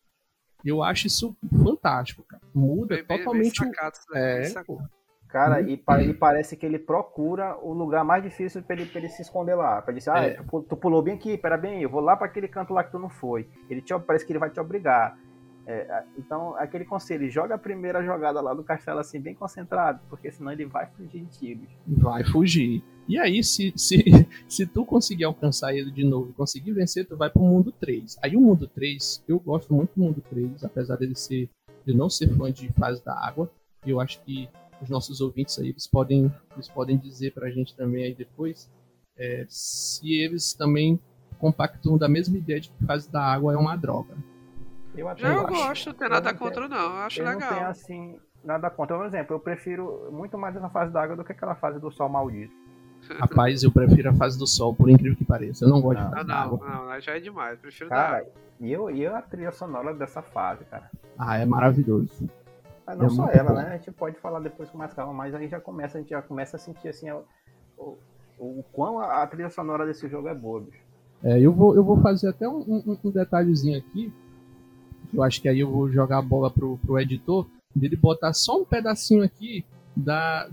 Eu acho isso fantástico, cara. Muda Bem- bem- bem totalmente o... sacado isso daí, bem É, sacado. pô. Cara, Hum. e, pa- e parece que ele procura o lugar mais difícil pra ele, pra ele se esconder lá. Pra ele dizer, ah, É. tu, pu- tu pulou bem aqui, pera bem, eu vou lá pra aquele canto lá que tu não foi. Ele te, parece que ele vai te obrigar. É, a- então, aquele conselho, joga a primeira jogada lá do castelo assim, bem concentrado, porque senão ele vai fugir de tiros. Vai fugir. E aí, se, se, se tu conseguir alcançar ele de novo e conseguir vencer, tu vai pro mundo três. Aí o mundo três, eu gosto muito do mundo três, apesar dele ser, de não ser fã de fase da água. Eu acho que os nossos ouvintes aí, eles podem, eles podem dizer pra gente também aí depois é, se eles também compactuam da mesma ideia de que fase da água é uma droga. Eu até Já eu acho. gosto, não tem Eu nada não contra não, eu acho Eu não legal. tenho assim nada contra. Por exemplo, eu prefiro muito mais essa fase da água do que aquela fase do sol maldito. Rapaz, eu prefiro a fase do sol, por incrível que pareça. Eu não gosto Não, de Ah, fase da não, água. não, aí já é demais, prefiro da Cara, água. e eu, e eu a trilha sonora dessa fase, cara. Ah, é maravilhoso. Mas não É só muito ela, bom. né? A gente pode falar depois com mais calma, mas aí já começa, a gente já começa a sentir assim o, o, o quão a, a trilha sonora desse jogo é boa, bicho. É, eu, vou, eu vou fazer até um, um- um detalhezinho aqui. Eu acho que aí eu vou jogar a bola pro, pro editor, dele botar só um pedacinho aqui da.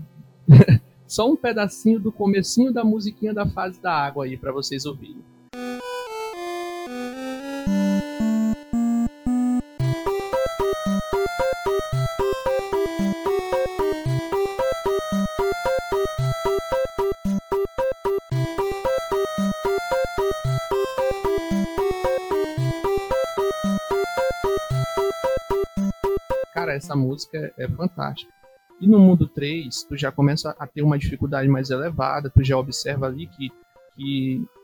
Só um pedacinho do comecinho da musiquinha da fase da água aí pra vocês ouvirem. Cara, essa música é fantástica. E no mundo três, tu já começa a ter uma dificuldade mais elevada, tu já observa ali que, que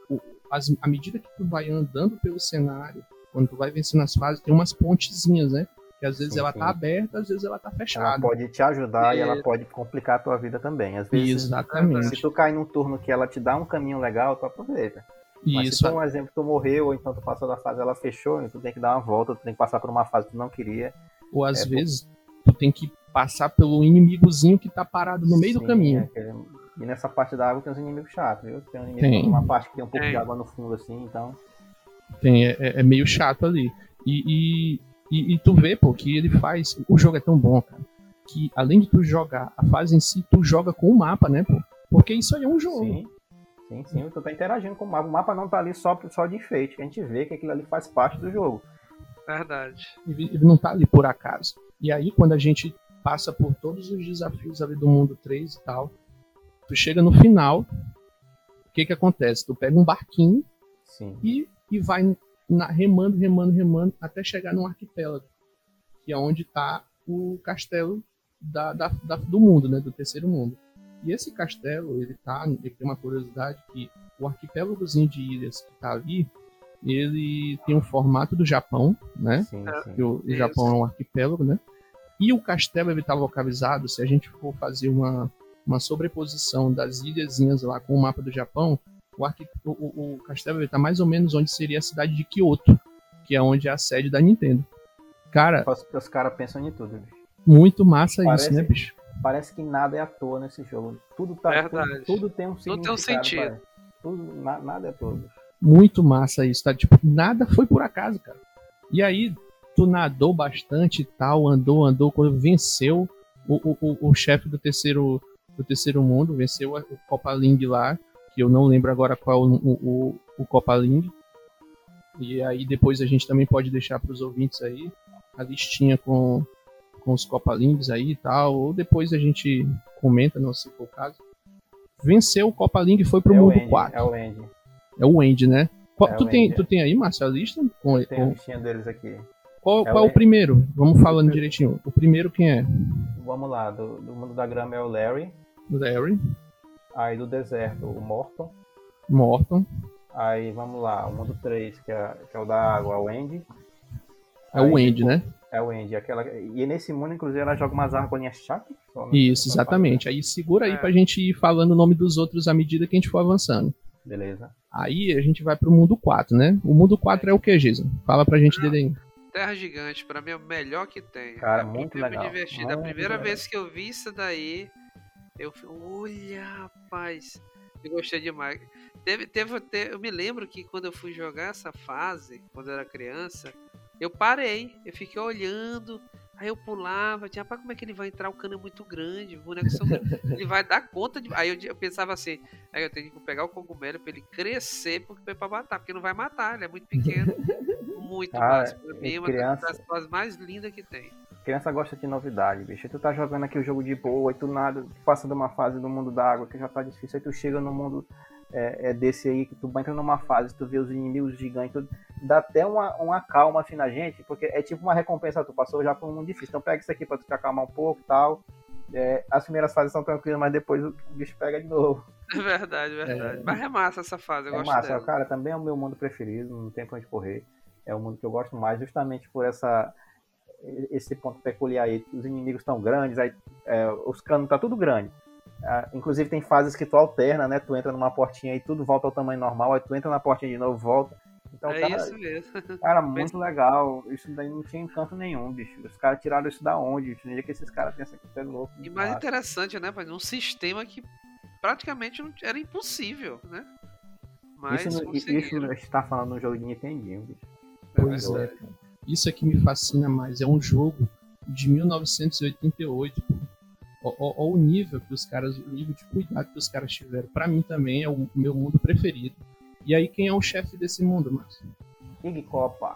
as, à medida que tu vai andando pelo cenário, quando tu vai vencendo as fases, tem umas pontezinhas, né? Que às vezes Sim, ela sim. tá aberta, às vezes ela tá Ela fechada. pode te ajudar e É. ela pode complicar a tua vida também. Às vezes, Exatamente. se tu cair num turno que ela te dá um caminho legal, tu aproveita. Mas Isso, se tu, um exemplo, tu morreu, ou então tu passou da fase ela fechou, tu tem que dar uma volta, tu tem que passar por uma fase que tu não queria. ou às é, vezes tu tem que passar pelo inimigozinho que tá parado no meio Sim, do caminho. aquele- E nessa parte da água tem uns inimigos chatos, viu? Tem um inimigo Tem. numa parte que tem um pouco Tem. de água no fundo, assim, então. Tem, é, é meio chato ali. E, e, e, e tu vê, pô, que ele faz. O jogo é tão bom, cara, que além de tu jogar a fase em si, tu joga com o mapa, né, pô? Porque isso aí é um jogo. Sim, sim, sim, tu tá interagindo com o mapa. O mapa não tá ali só, só de enfeite, a gente vê que aquilo ali faz parte do jogo. Verdade. Ele, ele não tá ali por acaso. E aí, quando a gente passa por todos os desafios ali do mundo três e tal, tu chega no final, o que que acontece? Tu pega um barquinho Sim. e, e vai na, remando, remando, remando, até chegar num arquipélago, que é onde tá o castelo da, da, da- do mundo, né, do terceiro mundo. E esse castelo, ele tá, ele tem uma curiosidade que o arquipélagozinho de ilhas que tá ali, ele tem um formato do Japão, né? Sim, sim. Que o Isso. Japão é um arquipélago, né? E o castelo ele está localizado, se a gente for fazer uma, uma sobreposição das ilhazinhas lá com o mapa do Japão, o, arqui, o, o, o castelo está mais ou menos onde seria a cidade de Kyoto, que é onde é a sede da Nintendo. Cara, Os, os caras pensam em tudo, bicho. muito massa Parece- isso, né, bicho? Parece que nada é à toa nesse jogo. Tudo tá. Verdade. Tudo, tudo tem um Tudo tem um significado, sentido. parece. Tudo, na- nada é à toa. bicho. Muito massa isso, tá? Tipo, nada foi por acaso, cara. E aí, tu nadou bastante e tal, andou, andou, quando venceu o, o, o, o chefe do terceiro, do terceiro mundo, venceu a- o Copa Ling lá, que eu não lembro agora qual o, o, o Copa Ling. E aí depois a gente também pode deixar para os ouvintes aí a listinha com, com os Copa Lings aí e tal, ou depois a gente comenta, não sei se for o caso. Venceu o Copa Ling e foi pro é o mundo Andy, quatro. É o Andy. É o Andy, né? Qual- É tu, o tem, Andy, tu é. tem aí, Márcio, a lista? Com, Tem a com- listinha deles aqui. qual é qual o é o primeiro? Vamos falando direitinho. O primeiro quem é? Vamos lá, do, do mundo da grama é o Larry. Larry, Aí do deserto, o Morton. Morton. Aí vamos lá, o mundo três, que é, que é o da água, é o Andy. É o Aí Andy, né? É o Andy. Aquela... E nesse mundo, inclusive, ela joga umas argolinhas chatas. só no- Isso, só exatamente. Aí segura aí É. pra gente ir falando o nome dos outros à medida que a gente for avançando. pra- Beleza. Aí a gente vai pro mundo quatro, né? O mundo quatro é o que, Jason? Fala pra gente dele aí. Terra Gigante, pra mim é o melhor que tem. Cara, É muito muito legal. divertido. Muito a primeira legal. vez que eu vi isso daí, eu fui, olha, rapaz, eu gostei demais. Teve, teve, te- eu me lembro que quando eu fui jogar essa fase, quando eu era criança, eu parei, eu fiquei olhando, aí eu pulava, tinha, rapaz, como é que ele vai entrar? O cano é muito grande, o boneco são grandes, ele vai dar conta de. Aí eu, eu pensava assim, aí eu tenho que pegar o cogumelo pra ele crescer porque, pra matar, porque não vai matar, ele é muito pequeno. Muito Cara, massa. Pra mim, e é uma criança- das coisas mais lindas que tem. Criança gosta de novidade, bicho. Tu tá jogando aqui o jogo de boa e tu nada, tu passa de uma fase do mundo da água que já tá difícil, aí tu chega no mundo é, é desse aí, que tu entra numa fase, tu vê os inimigos gigantes, tu dá até uma, uma calma assim na gente, porque é tipo uma recompensa, tu passou já por um mundo difícil. Então pega isso aqui pra tu te acalmar um pouco e tal. É, as primeiras fases são tranquilas, mas depois o bicho pega de novo. É verdade, verdade. É. Mas é massa essa fase, eu É gosto massa, dela. cara, também é o meu mundo preferido, não tem pra onde correr. É o mundo que eu gosto mais, justamente por essa esse ponto peculiar aí. Os inimigos estão grandes, aí é, os canos tá tudo grande. Ah, inclusive tem fases que tu alterna, né? Tu entra numa portinha e tudo volta ao tamanho normal, aí tu entra na portinha de novo, volta. Então, é cara, isso mesmo. cara, muito legal. Isso daí não tinha encanto nenhum, bicho. Os caras tiraram isso da onde? Onde é que esses caras pensam que isso é louco? E mais massa. interessante, né? Num sistema que praticamente não- era impossível, né? Mas Isso, não- isso conseguiram. a gente tá falando no jogo de Nintendinho, bicho. Pois é, cara. Isso é que me fascina mais. É um jogo de mil novecentos e oitenta e oito, pô. Ó, ó, ó o nível que os caras, o nível de cuidado que os caras tiveram. Pra mim também é o meu mundo preferido. E aí, quem é o chefe desse mundo, Márcio? Ig Copa.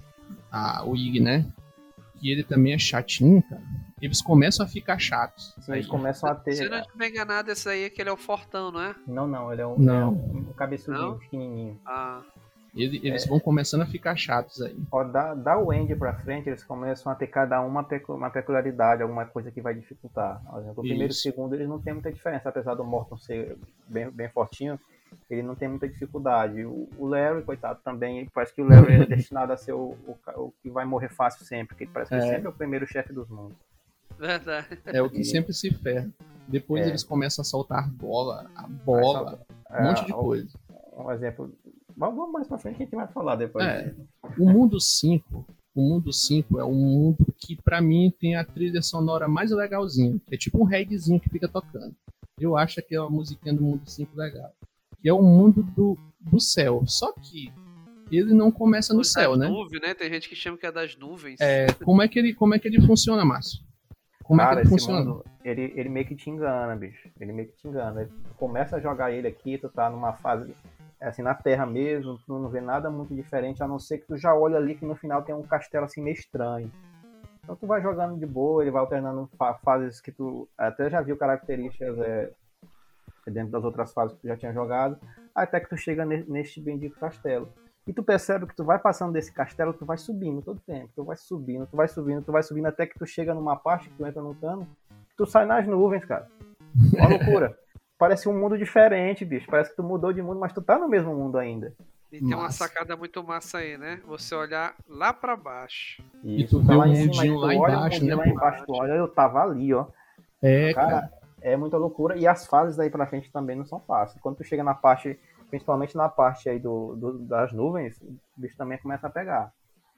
Ah, o Ig, né? E ele também é chatinho, cara. Eles começam a ficar chatos. Sim, Aí, eles começam a ter. Se eu não estiver enganado, esse aí é que ele é o fortão, não é? Não, não, ele é um, Não. é um, um cabeçudinho Não? pequenininho. Ah, ele- eles vão começando a ficar chatos aí. Ó, dá, dá o End pra frente, eles começam a ter cada um uma, pecu- uma peculiaridade, alguma coisa que vai dificultar. Por exemplo, o primeiro e o Isso. segundo eles não tem muita diferença, apesar do Morton ser bem, bem fortinho. ele não tem muita dificuldade. O, o Larry, coitado, também, parece que o Larry é destinado a ser o, o, o que vai morrer fácil sempre, porque ele parece que É. sempre é o primeiro chefe dos mundos. Verdade. É o que sempre se ferra. Depois É. eles começam a soltar bola, a bola, um monte de É, coisa. Um exemplo. Vamos mais pra frente que a gente vai falar depois. É. O mundo cinco, o mundo cinco é um mundo que pra mim tem a trilha sonora mais legalzinha, que é tipo um reggaezinho que fica tocando. Eu acho aquela musiquinha do mundo cinco legal. Que é o mundo do, do céu. Só que ele não começa no Das céu, né? nuvens, né? Tem gente que chama que é das nuvens. É, como é que ele, como é que ele funciona, Márcio? Como Cara, é que ele esse funciona? mundo, ele, ele meio que te engana, bicho. Ele meio que te engana. Ele começa a jogar ele aqui, tu tá numa fase, assim, na terra mesmo, tu não vê nada muito diferente, a não ser que tu já olha ali que no final tem um castelo, assim, meio estranho. Então tu vai jogando de boa, ele vai alternando fa- fases que tu até já viu características é, dentro das outras fases que tu já tinha jogado, até que tu chega ne- neste bendito castelo. E tu percebe que tu vai passando desse castelo, tu vai subindo todo tempo, tu vai subindo, tu vai subindo, tu vai subindo, até que tu chega numa parte que tu entra no cano, tu sai nas nuvens, cara. Uma loucura. Parece um mundo diferente, bicho. Parece que tu mudou de mundo, mas tu tá no mesmo mundo ainda. E tem uma Massa. sacada muito massa aí, né? Você olhar lá pra baixo. E tu vê tá o lá em cima, mundinho e tu lá olha o embaixo, mundinho né, lá pô? embaixo, tu olha, eu tava ali, ó. É, Cara, cara. é muita loucura. E as fases daí pra frente também não são fáceis. Quando tu chega na parte, principalmente na parte aí do, do- das nuvens, o bicho também começa a pegar.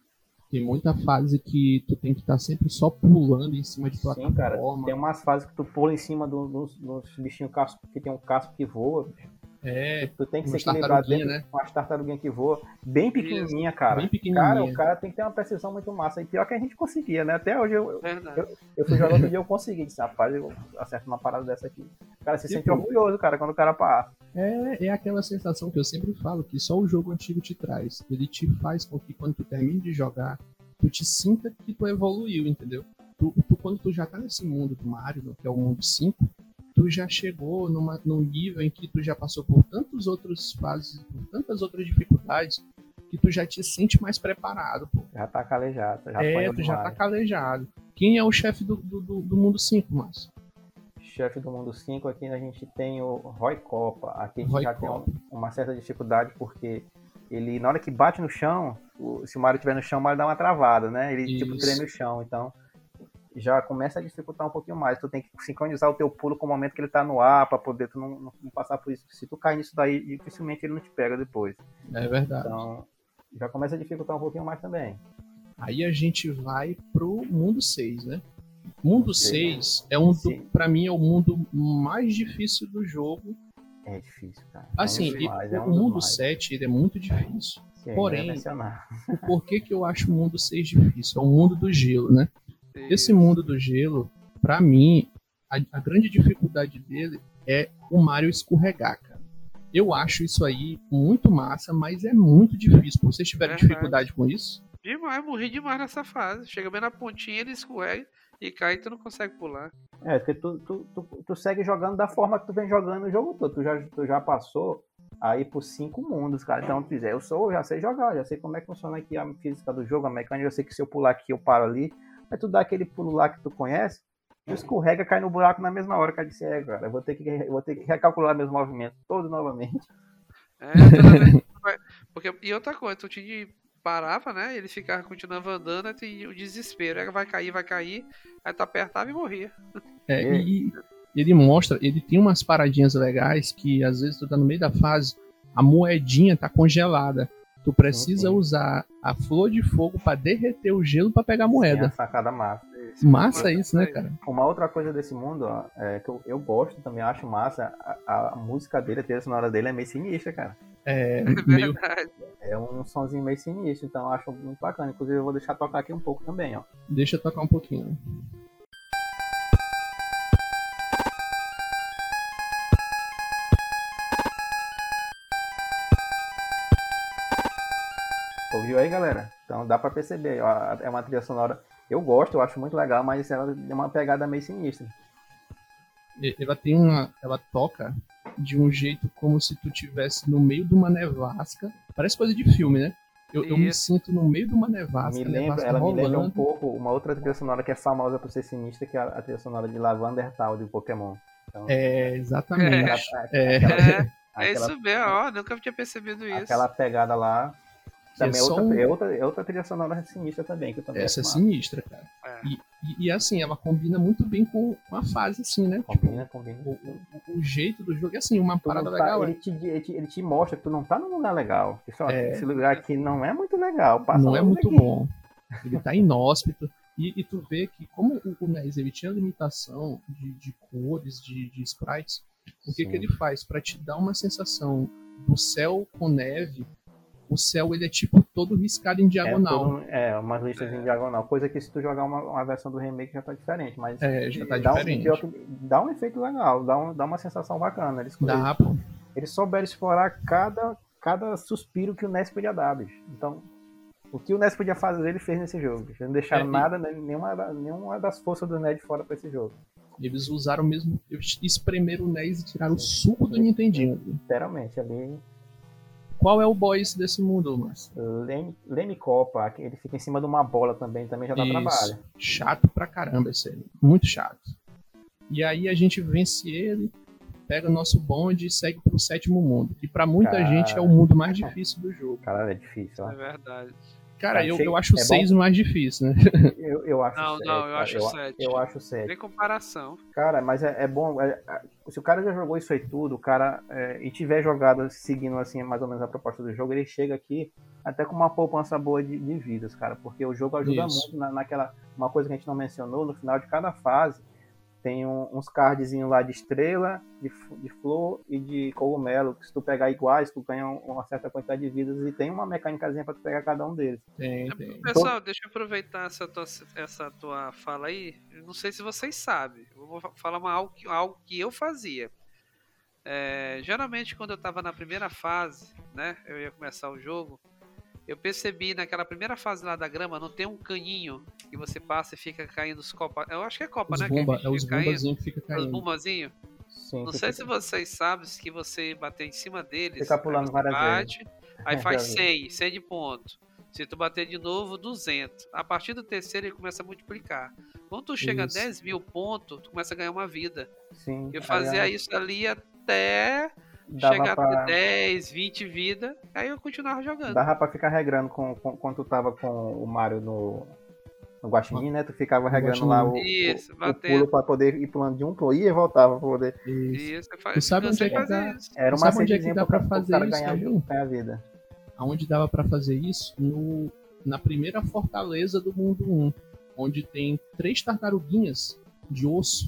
Tem muita fase que tu tem que estar sempre só pulando em cima de Sim, cara. plataforma. Tem umas fases que tu pula em cima do- dos, dos bichinhos casco, que tem um casco que voa. Bicho. É, Tu tem que se umas equilibrar tartaruguinha, dentro né? com as tartaruguinhas que voam. Bem pequenininha, cara. Bem pequenininha. Cara, o cara tem que ter uma precisão muito massa. E pior que a gente conseguia, né? Até hoje eu, Verdade. eu fui jogar outro dia, eu consegui. Disse, rapaz, eu acerto uma parada dessa aqui. O cara se Tipo, sente orgulhoso, cara, quando o cara passa. É, é aquela sensação que eu sempre falo, que só o jogo antigo te traz. Ele te faz com que quando tu termine de jogar, tu te sinta que tu evoluiu, entendeu? Tu, tu, quando tu já tá nesse mundo do Mario, que é o mundo cinco, tu já chegou numa, num nível em que tu já passou por tantas outras fases, por tantas outras dificuldades, que tu já te sente mais preparado, pô. Já tá calejado. Já É, apanhou tu já tá demais. calejado. Quem é o chefe do, do, do, do mundo cinco, Márcio? Chefe do mundo cinco, aqui a gente tem o Roy Copa. Aqui a gente Roy já tem Copa. um- uma certa dificuldade, porque ele, na hora que bate no chão, o- se o Mario estiver no chão, o Mario dá uma travada, né? Ele tipo Isso. treme o chão, então já começa a dificultar um pouquinho mais. Tu tem que sincronizar o teu pulo com o momento que ele tá no ar, pra poder tu não, não- não passar por isso. Se tu cair nisso daí, dificilmente ele não te pega depois. É verdade. Então já começa a dificultar um pouquinho mais também. Aí a gente vai pro mundo seis, né? Mundo Sim. seis é um do, Sim. pra mim é o mundo mais difícil do jogo. É difícil, cara. Assim, é um dos e- mais, é um o dos mundo mais. sete ele é muito difícil. Sim, porém- eu ia mencionar. O porquê que eu acho o mundo seis difícil? É o mundo do gelo, né? Esse mundo do gelo, pra mim, a, a grande dificuldade dele é o Mario escorregar, cara. Eu acho isso aí muito massa, mas é muito difícil. Vocês tiveram Verdade. dificuldade com isso? Demais, morri demais nessa fase. Chega bem na pontinha, ele escorrega e cai e tu não consegue pular. É, porque tu, tu, tu, tu segue jogando da forma que tu vem jogando o jogo todo. Tu já, tu já passou aí por cinco mundos, cara. Então, tu dizer, eu sou, eu já sei jogar, já sei como é que funciona aqui a física do jogo, a mecânica, eu sei que se eu pular aqui, eu paro ali. Aí tu dá aquele pulo lá que tu conhece, tu escorrega, cai no buraco na mesma hora, cara. Disse, é, cara, eu vou ter que, eu vou ter que recalcular meus movimentos todos novamente. É, toda vez que tu vai- porque, e outra coisa, tu tinha de parava, né? Ele ficava, continuava andando, aí tinha o desespero. Aí vai cair, vai cair. Aí tu apertava e morria. É, É. e ele mostra, ele tem umas paradinhas legais que às vezes tu tá no meio da fase, a moedinha tá congelada. Tu precisa Sim, sim. usar a flor de fogo pra derreter o gelo pra pegar a Sim, a moeda. sacada massa. Massa isso, né, cara? Uma outra coisa desse mundo, ó, é, que eu, eu gosto também, acho massa, a, a música dele, a trilha sonora dele é meio sinistra, cara. É meio. Verdade. É um sonzinho meio sinistro, então eu acho muito bacana. Inclusive eu vou deixar tocar aqui um pouco também, ó. Deixa eu tocar um pouquinho. Ouviu aí, galera? Então dá pra perceber, ó, é uma trilha sonora, eu gosto, eu acho muito legal, mas ela tem uma pegada meio sinistra. E- Ela tem uma. Ela toca de um jeito como se tu tivesse no meio de uma nevasca. Parece coisa de filme, né? Eu, eu me Isso. sinto no meio de uma nevasca. Me a lembra, nevasca ela me lembra um rolando. pouco uma outra trilha sonora que é famosa por ser sinistra, que é a trilha sonora de Lavander Tal, de Pokémon. Então, É, exatamente. aquela- É. aquela- É, É Aquela, isso mesmo, ó, nunca tinha percebido isso. aquela pegada lá. Também é é, só outra, um- é, outra, é outra trilha sonora sinistra também. Que eu também Essa é acho massa. sinistra, cara. É. E, e, e, assim, ela combina muito bem com, com a fase, assim, né? Combina, combina. Tipo, o, o, o jeito do jogo é assim, uma Tu não parada tá- legal. ele, é- te, ele, te, ele te mostra que tu não tá num lugar legal. Que só, É. esse lugar aqui não é muito legal. Passa não é logo muito daqui. bom. Ele tá inóspito. E, e tu vê que, como o, o N E S ele tinha limitação de, de cores, de, de sprites, o que, Sim. que ele faz? Pra te dar uma sensação do céu com neve, o céu ele é tipo todo riscado em É, diagonal. todo- é, umas listas em diagonal. Coisa que se tu jogar uma, uma versão do remake já tá diferente. Mas É, já tá dá, um, diferente. pior que- dá um efeito legal, dá, um, dá uma sensação bacana. Eles, Dá, pô. eles souberam explorar cada, cada suspiro que o N E S podia dar, bicho. Então, o que o N E S podia fazer, ele fez nesse jogo, bicho. Eles não deixaram É, e- nada, né, nenhuma, da- nenhuma das forças do N E S de fora pra esse jogo. Eles usaram mesmo, eles espremeram o N E S e tiraram o suco do Nintendinho. Literalmente, ali. Qual é o boss desse mundo, Márcio? Leme, Leme Copa, ele fica em cima de uma bola também, também já dá trabalho. Chato pra caramba esse aí. Muito chato. E aí a gente vence ele, pega nosso bonde e segue pro sétimo mundo. E pra muita Cara. gente é o mundo mais difícil do jogo. Cara, é difícil, ó. É verdade. Cara, eu, Achei- eu acho o é bom? seis o mais difícil, né? Eu, eu acho Não, sete, não, eu cara. acho eu, sete. Eu acho sete. Tem comparação. Cara, mas é, é bom. é- é- se o cara já jogou isso aí tudo, o cara é, e tiver jogado seguindo assim mais ou menos a proposta do jogo, ele chega aqui até com uma poupança boa de, de vidas, cara. Porque o jogo ajuda Isso. muito na, naquela. Uma coisa que a gente não mencionou, no final de cada fase tem um- uns cardzinhos lá de estrela, de, f- de flor e de cogumelo. Que se tu pegar iguais, tu ganha um- uma certa quantidade de vidas e tem uma mecânicazinha pra tu pegar cada um deles. Tem, tem. Pessoal, deixa eu aproveitar essa tua, essa tua fala aí. Eu não sei se vocês sabem. Eu vou fa- falar uma, algo, que, algo que eu fazia. É, geralmente, quando eu tava na primeira fase, né? Eu ia começar o jogo. Eu percebi naquela primeira fase lá da grama, não tem um caninho que você passa e fica caindo os copas. Eu acho que é copa, Os né? bomba, que é os fica caindo. bombazinhos que fica Os caindo. bombazinhos. Sim, Não tu sei fica- se vocês sabem que você bater em cima deles. Fica pulando aí você várias bate, Aí É, faz já vi. cem, cem de ponto. Se tu bater de novo, duzentos. A partir do terceiro ele começa a multiplicar. Quando tu chega Isso. a dez mil pontos, tu começa a ganhar uma vida. Sim, Eu aí fazia eu- isso ali até dava chegar pra- a dez, vinte vida. Aí eu continuava jogando. Dava pra ficar regrando com, com, quando tu tava com o Mario no, no Guaxinim, né? Tu ficava regrando lá o, Isso, o, o batendo. pulo pra poder ir pulando de um pro ia e voltava pra poder. Isso. Isso, eu fa- Tu sabe onde cansei é que de fazer dá? isso. Era uma Sabe onde é que macetezinha dá pro pra cara- pro fazer cara isso ganhar, também? ganhar vida. Aonde dava pra fazer isso? No, na primeira fortaleza do mundo um, onde tem três tartaruguinhas de osso.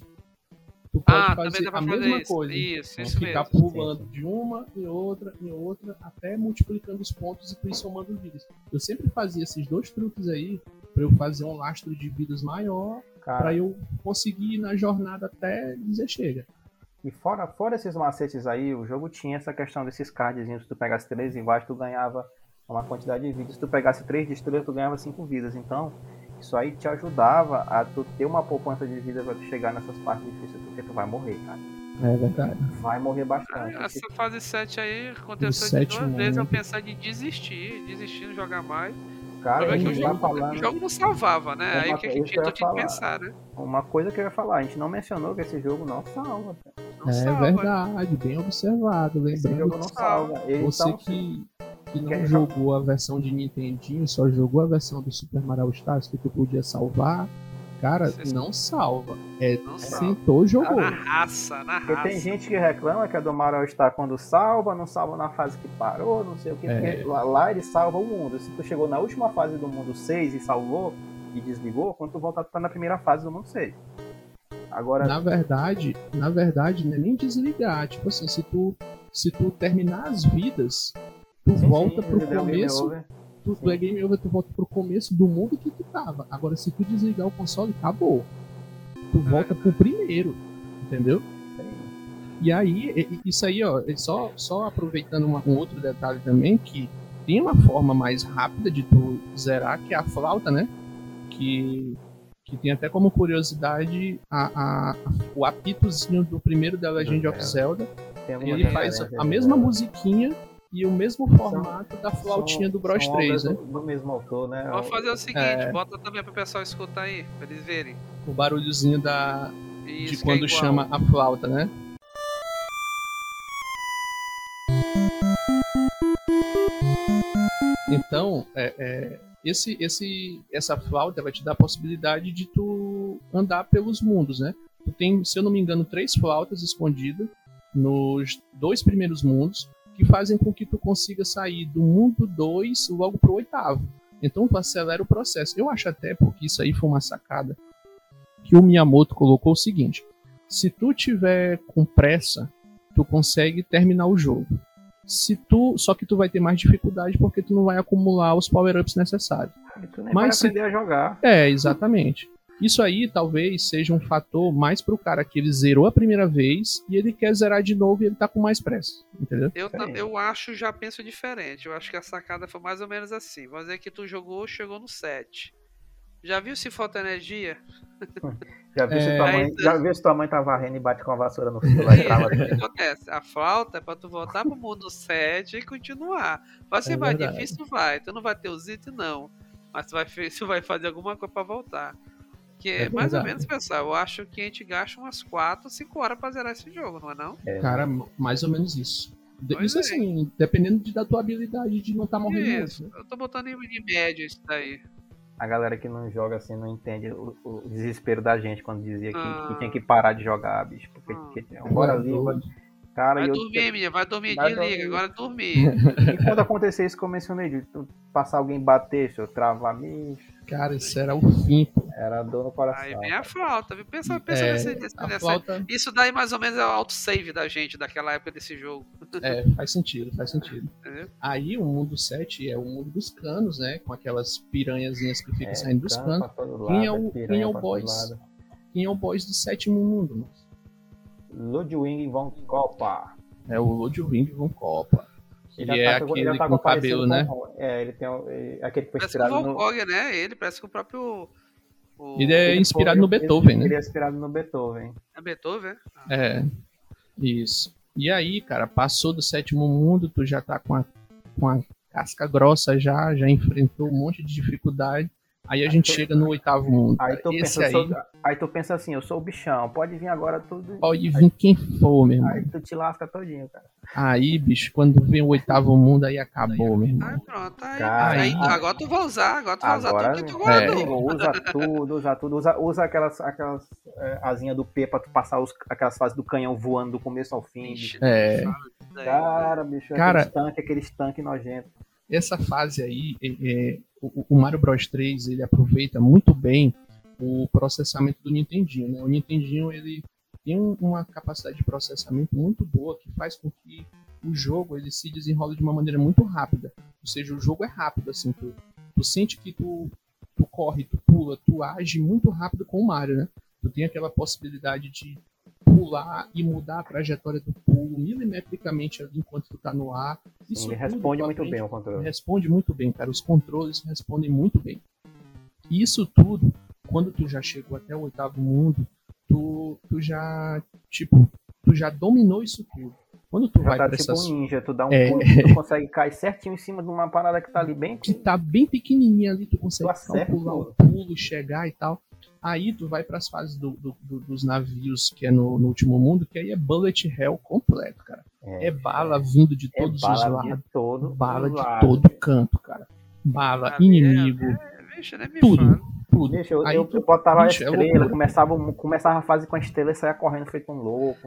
Tu pode Ah, também fazer dá pra a fazer mesma isso. coisa. Isso, Né? isso Ficar mesmo. pulando de uma em outra, em outra, até multiplicando os pontos e tu ir somando vidas. Eu sempre fazia esses dois truques aí pra eu fazer um lastro de vidas maior, Cara, pra eu conseguir ir na jornada até dizer chega. e fora, fora esses macetes aí, o jogo tinha essa questão desses cardzinhos. Se tu pegasse três iguais, tu ganhava uma quantidade de vidas. Se tu pegasse três de estrela, tu ganhava cinco vidas. Então, isso aí te ajudava a tu ter uma poupança de vida pra tu chegar nessas partes difíceis, porque tu vai morrer, cara. É verdade. Vai morrer bastante. Ah, essa fase sete aí O aconteceu de sete duas vezes eu mundo. pensar de desistir, desistir de jogar mais. Cara, Mas é a que o gente tá jogo, falando... o jogo não salvava, né? É Aí uma o que a coisa gente que eu ia tinha que falar. pensar, né? Uma coisa que eu ia falar, a gente não mencionou que esse jogo não salva, cara. Não É salva. verdade, bem observado. Esse jogo Lembrando não que salva. Ele, você então, que, que não quer jogou a versão de Nintendinho, só jogou a versão do Super Mario Stars que tu podia salvar, cara, Você- não salva. É, Não salva. sentou, jogou. Na raça, na Porque raça. tem gente que reclama que a do Mario Star quando salva, não salva na fase que parou, não sei o que. É. Porque lá, lá ele salva o mundo. Se tu chegou na última fase do mundo seis e salvou e desligou, quando tu voltar, tu tá na primeira fase do mundo seis. Agora, Na verdade, na verdade, não é nem desligar. Tipo assim, se tu, se tu terminar as vidas, tu sim, volta sim, pro ele deu game começo. over. Tu, Sim. tu é game over, tu volta pro começo do mundo que tu tava. Agora, se tu desligar o console, acabou. Tu volta pro primeiro, entendeu? Sim. E aí, e- e- isso aí, ó, é só, só aproveitando uma- um outro detalhe também, que tem uma forma mais rápida de tu zerar, que é a flauta, né? Que, que tem até como curiosidade a, a- a- o apitozinho do primeiro The Legend of Zelda. Tem alguma Ele faz referência a aí, mesma né? musiquinha e o mesmo formato da flautinha São- do Bros são três, obras né? do, do mesmo autor, né? Vamos fazer o seguinte, É. bota também pro pessoal escutar aí, pra eles verem. O barulhozinho da, Isso de que quando é igual. chama a flauta, né? Então, é, é, esse, esse, essa flauta vai te dar a possibilidade de tu andar pelos mundos, né? Tu tem, se eu não me engano, três flautas escondidas nos dois primeiros mundos que fazem com que tu consiga sair do mundo dois logo pro oitavo. Então tu acelera o processo. Eu acho até, porque isso aí foi uma sacada, que o Miyamoto colocou o seguinte: se tu tiver com pressa, tu consegue terminar o jogo. Se tu, só que tu vai ter mais dificuldade porque tu não vai acumular os power-ups necessários. E tu nem Mas vai aprender se... a jogar. É, exatamente. Isso aí talvez seja um fator mais pro cara que ele zerou a primeira vez e ele quer zerar de novo e ele tá com mais pressa, entendeu? Eu, eu acho, já penso diferente. Eu acho que a sacada foi mais ou menos assim. Vamos dizer que tu jogou, chegou no sete. Já viu se falta energia? Já viu, É... se tua mãe, Aí, já viu se tua mãe tá varrendo e bate com a vassoura no fio lá e trava o que acontece? A flauta é pra tu voltar pro mundo sete e continuar. Vai ser É mais verdade. difícil, vai. Tu não vai ter os itens, não. Mas tu vai, tu vai fazer alguma coisa pra voltar. Que é, É mais ou verdade. menos, pessoal, eu acho que a gente gasta umas quatro, cinco horas pra zerar esse jogo, não é não? É, Cara, mais ou menos isso. De- Pois isso é. assim, dependendo de, da tua habilidade de não estar tá morrendo Isso, muito, né? eu tô botando em, em média isso daí. a galera que não joga assim não entende o, o desespero da gente quando dizia que, Ah. que tinha que parar de jogar, bicho. Porque Ah. que, bora ali, vai- cara, Vai e eu- dormir, minha, vai dormir, Vai desliga, dormir. agora é dormir. E quando acontecer isso que eu mencionei, de tu passar alguém bater, se eu travar, bicho, Cara, isso era o fim, pô. era dor no coração. Aí vem a flauta, viu? Pensa, pensa É, nesse, nesse, a nessa- flauta, Isso daí mais ou menos é o autosave da gente, daquela época desse jogo, é, faz sentido, faz sentido. entendeu? Aí o mundo sete é o mundo dos canos, né? Com aquelas piranhazinhas que ficam É, saindo dos cano canos. pra todo Quem é lado, o- piranha quem é o pra todo boss? lado. Quem é o boss do sétimo mundo, mano? Ludwig von Copa. É o Ludwig von Copa. Ele já é tá- aquele já tá com parecido cabelo, né? com- É, ele tem um, é, aquele que foi Parece que o inspirado Van no... Gogh, né? Ele parece que o próprio... O... Ele é ele inspirado foi- no Beethoven, ele, né? Ele é inspirado no Beethoven. É Beethoven? É, isso. E aí, cara, passou do sétimo mundo, tu já tá com a, com a casca grossa já, já enfrentou um monte de dificuldade. Aí a gente chega no oitavo mundo. Aí cara. tu, Esse pensa, eu aí sou, aí tu pensa assim, eu sou o bichão, pode vir agora tudo. pode vir quem for, meu irmão. Aí tu te lasca todinho, cara. Aí, bicho, quando vem o oitavo mundo, aí acabou, meu Aí irmão. pronto, aí, Cara, aí, aí- agora tu vai usar, agora tu vai usar Agora, tudo que tu meu guardou. amigo, usa tudo, usa tudo, usa, usa aquelas, aquelas é, asinhas do P pra tu passar os, aquelas fases do canhão voando do começo ao fim. Ixi, É. não fala isso daí, Cara, bicho, Cara- aqueles tanques, aqueles tanques nojentos. Essa fase aí, é, é, o, o Mario Bros três, ele aproveita muito bem o processamento do Nintendinho, né? O Nintendinho, ele tem um- uma capacidade de processamento muito boa que faz com que o jogo ele se desenrole de uma maneira muito rápida. Ou seja, o jogo é rápido, assim, tu, tu sente que tu, tu corre, tu pula, tu age muito rápido com o Mario, né? Tu tem aquela possibilidade de pular e mudar a trajetória do pulo milimetricamente ali enquanto tu tá no ar. Isso Ele tudo, responde tu muito aprende- bem o controle. Responde muito bem, cara. Os controles respondem muito bem. E isso tudo, quando tu já chegou até o oitavo mundo, tu, tu já, tipo, tu já dominou isso tudo. Quando tu Já vai tá pra tipo essas... um ninja, tu dá um É. pulo, tu consegue cair certinho em cima de uma parada que tá ali bem. que tá bem pequenininha ali, tu consegue Tu acerta, calcular pô. o pulo, chegar e tal. Aí tu vai pras fases do, do- do- dos navios, que é no, no último mundo, que aí é bullet hell completo, cara. É, bala vindo de é todos bala os de lados. todo Bala de lado. todo canto, cara. Bala, Ali é- inimigo, É, vixe, nem me tudo. fala. tudo. Bicho, eu, Aí eu, tu- eu botava bicho, a é estrela, loucura. começava, começava a fase com a estrela e saia correndo feito um louco.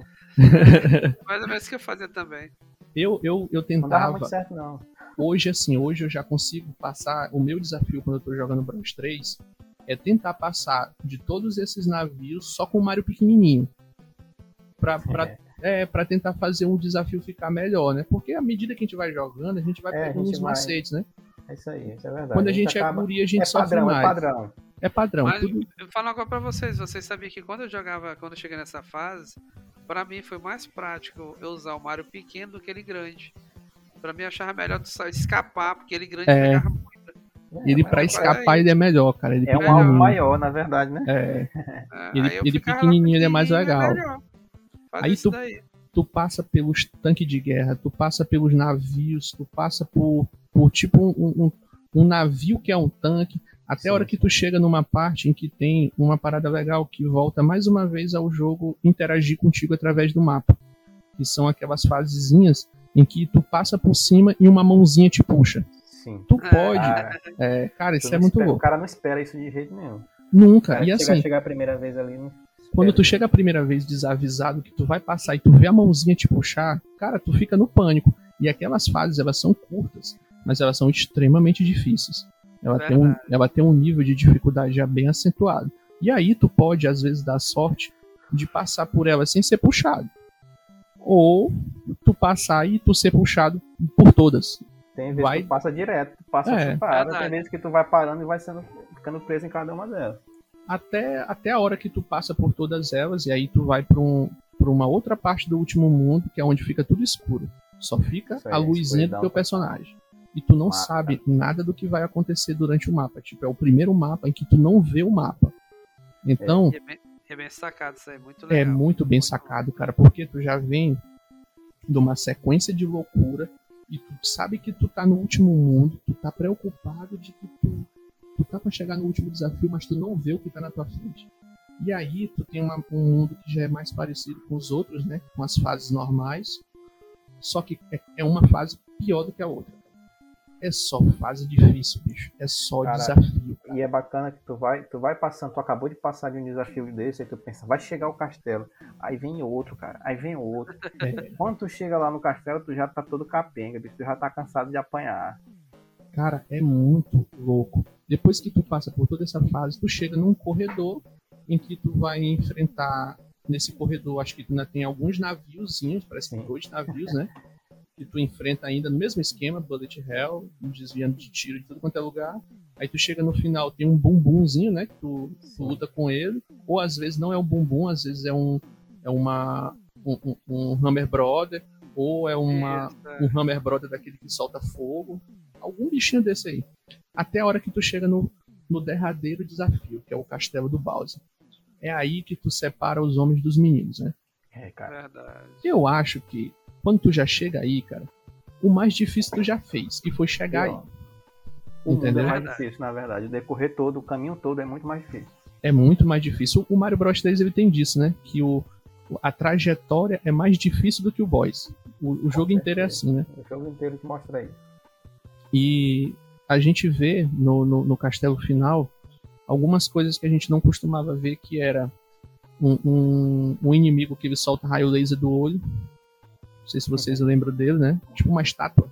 Mais ou menos isso que eu fazia também. Eu, eu, eu Não dava tentava. muito certo, não. Hoje, assim, hoje eu já consigo passar. O meu desafio quando eu tô jogando Bros três é tentar passar de todos esses navios só com o Mario pequenininho. Pra, pra, é, pra tentar fazer um desafio ficar melhor, né? Porque à medida que a gente vai jogando, a gente vai É, a pegando gente os vai- macetes, né? É isso aí, isso é verdade. Quando a gente é acaba- guri, a gente é sofre padrão, é mais. padrão. É padrão. Mas Tudo... eu falo agora pra vocês, vocês sabiam que quando eu jogava, quando eu cheguei nessa fase, pra mim foi mais prático eu usar o Mario pequeno do que ele grande. Pra mim eu achava melhor tu só escapar, porque ele grande É. pegava muito. Ele, mas pra é escapar, isso. ele é melhor, cara. Ele É um melhor. alvo maior, na verdade, né? É, É, Ele- aí eu ele ficava pequenininho, ele é mais pequenininho, legal. melhor. Faz Aí isso tu- daí. tu passa pelos tanques de guerra, tu passa pelos navios, tu passa por, por tipo um, um, um navio que é um tanque, até Sim. a hora que tu chega numa parte em que tem uma parada legal que volta mais uma vez ao jogo interagir contigo através do mapa. Que são aquelas fasezinhas em que tu passa por cima e uma mãozinha te puxa. sim. Tu pode. Cara, É, cara, tu isso é não muito espera- O louco. cara não espera isso de jeito nenhum. Nunca. Cara, E chega, assim, chegar a primeira vez ali, não quando tu espera. chega a primeira vez desavisado que tu vai passar e tu vê a mãozinha te puxar, cara, tu fica no pânico. E aquelas fases, elas são curtas, mas elas são extremamente difíceis. Ela tem, um, ela tem um nível de dificuldade já bem acentuado. E aí tu pode, às vezes, dar sorte de passar por ela sem ser puxado. Ou tu passar e tu ser puxado por todas. Tem vezes Vai- que tu passa direto, tu passa É. sem parada, Verdade. tem vezes que tu vai parando e vai sendo, ficando preso em cada uma delas. Até, até a hora que tu passa por todas elas, e aí tu vai pra, um, pra uma outra parte do último mundo, que é onde fica tudo escuro. Só fica Isso aí, a luzinha do escuridão teu total. personagem. E tu não Mapa. sabe nada do que vai acontecer durante o mapa. Tipo, é o primeiro mapa em que tu não vê o mapa. Então, É bem, é bem sacado isso aí, muito é legal. muito bem sacado, cara, porque tu já vem de uma sequência de loucura e tu sabe que tu tá no último mundo, tu tá preocupado de que tu, tu tá pra chegar no último desafio, mas tu não vê o que tá na tua frente. E aí tu tem uma- um mundo que já é mais parecido com os outros, né? Com as fases normais, só que é, é uma fase pior do que a outra. É só fase difícil, bicho. É só Cara, desafio, cara. E é bacana que tu vai, tu vai passando, tu acabou de passar de um desafio desse, aí tu pensa, vai chegar o castelo. Aí vem outro, cara. Aí vem outro. É, Quando tu chega lá no castelo, tu já tá todo capenga, bicho, tu já tá cansado de apanhar. cara, é muito louco. Depois que tu passa por toda essa fase, tu chega num corredor em que tu vai enfrentar. Nesse corredor, acho que tu ainda tem alguns naviozinhos, parece que Sim. dois navios, né? Que tu enfrenta ainda no mesmo esquema, Bullet Hell, desviando de tiro de tudo quanto é lugar. Aí tu chega no final, tem um bumbumzinho, né? Que tu, tu luta com ele. Ou às vezes não é um bumbum, às vezes é um. É uma. Um, um, um Hammer Brother. Ou é uma, Isso, é. um Hammer Brother daquele que solta fogo. Algum bichinho desse aí. Até a hora que tu chega no, no derradeiro desafio, que é o castelo do Bowser. É aí que tu separa os homens dos meninos, né? É, cara. Verdade. Eu acho que quando tu já chega aí, cara, o mais difícil tu já fez, que foi chegar aí. O mundo é Entendeu? mais difícil, na verdade. O decorrer todo, o caminho todo é muito mais difícil. É muito mais difícil. O Mario Bros três ele tem disso, né? Que o, a trajetória é mais difícil do que o boss. O, o jogo inteiro é assim, né? O jogo inteiro te mostra isso. E a gente vê no, no, no castelo final algumas coisas que a gente não costumava ver, que era um, um, um inimigo que ele solta raio laser do olho. Não sei se vocês lembram dele, né? Tipo uma estátua.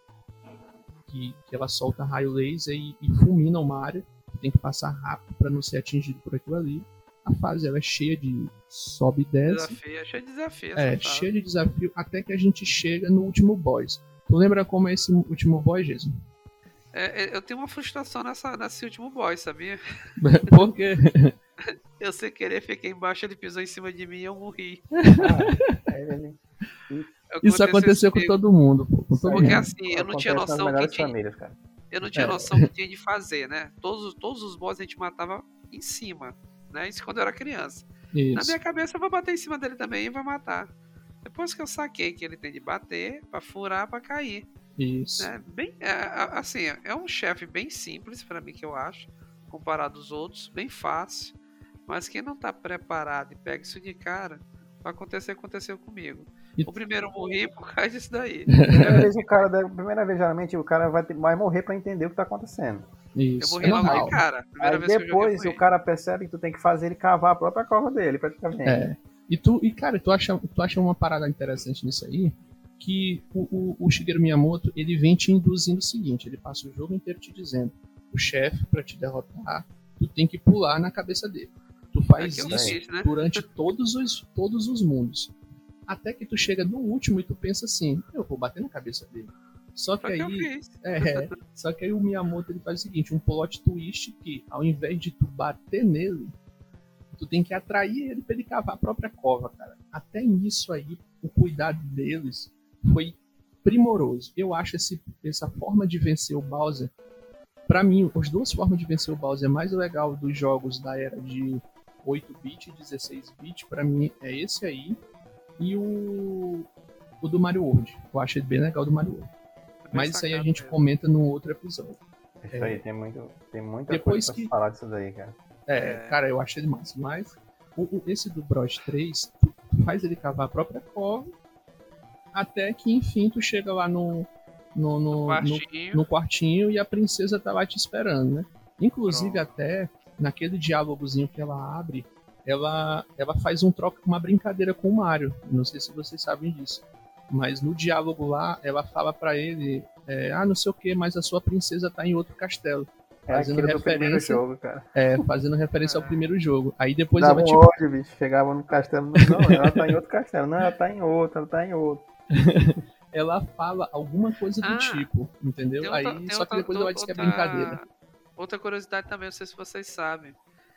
Que, que ela solta raio laser e, e fulmina o Mario. Tem que passar rápido para não ser atingido por aquilo ali. A fase ela é cheia de sobe e desce. Desafio, é cheio de desafio. É, essa fase. cheia de desafio até que a gente chega no último boss. Tu lembra como é esse último boss, Jason? É, é, eu tenho uma frustração nessa, nesse último boss, sabia? Porque Eu sem querer fiquei embaixo, ele pisou em cima de mim e eu morri. Ah, aí ele- isso aconteceu com comigo. todo mundo, pô, com todo Porque mundo. assim, eu não tinha acontece nas noção que melhores tinha, famílias, cara. eu não tinha É. noção que tinha de fazer, né? Todos, todos os boss a gente matava em cima, né? Isso quando eu era criança. Na Isso. minha cabeça eu vou bater em cima dele também e vai matar. Depois que eu saquei que ele tem de bater, pra furar, pra cair. Isso. Né? Bem, é, a- assim, é um chefe bem simples pra mim que eu acho, comparado aos outros, bem fácil. Mas quem não tá preparado e pega isso de cara, vai acontecer, aconteceu comigo. E- O primeiro eu morri por causa disso daí. Primeira vez, o cara, deve- primeira vez, geralmente, o cara vai, ter- vai morrer pra entender o que tá acontecendo. Eu Isso. morri É logo normal. de cara. Primeira Aí vez que eu joguei depois foi o cara percebe que tu tem que fazer ele cavar a própria cova dele, praticamente. É. E tu, e cara, tu acha, tu acha uma parada interessante nisso aí? Que o, o, o Shigeru Miyamoto, ele vem te induzindo o seguinte, ele passa o jogo inteiro te dizendo, o chefe, pra te derrotar, tu tem que pular na cabeça dele. Tu faz É que eu isso fiz, né? durante todos os, todos os mundos. Até que tu chega no último e tu pensa assim, eu vou bater na cabeça dele. Só que Foi o que eu aí, fiz. é, só que aí o Miyamoto ele faz o seguinte, um plot twist que, ao invés de tu bater nele, tu tem que atrair ele pra ele cavar a própria cova, cara. Até nisso aí, o cuidado deles foi primoroso. Eu acho esse, essa forma de vencer o Bowser, pra mim, as duas formas de vencer o Bowser mais legal dos jogos da era de oito bit e dezesseis bit, pra mim é esse aí e o, o do Mario World. Eu acho ele bem legal do Mario World. Foi bem Mas isso aí a sacado gente mesmo. comenta num outro episódio. Isso aí, tem, muito, tem muita Depois coisa pra que- se falar disso daí, cara. É, É. cara, eu achei ele massa. Mas o, o- esse do Bros três, tu, tu faz ele cavar a própria cova, até que enfim tu chega lá no, no, no, No no, quartinho. no quartinho e a princesa tá lá te esperando, né? Inclusive, Pronto. até naquele diálogozinho que ela abre, ela, ela faz um troca, uma brincadeira com o Mario. Não sei se vocês sabem disso. Mas no diálogo lá, ela fala pra ele, é, ah, não sei o que, mas a sua princesa tá em outro castelo. É Fazendo aquilo do primeiro referência, jogo, cara. é, fazendo referência ao É. primeiro jogo. Aí depois Dava ela, um tipo, ódio, bicho. Chegava no castelo. Não, ela tá em outro castelo. Não, ela tá em outro, ela tá em outro. ela fala alguma coisa do Ah, tipo, entendeu? Tem outra, Aí, tem só que outra, depois ela diz que é outra, brincadeira. outra curiosidade também, não sei se vocês sabem.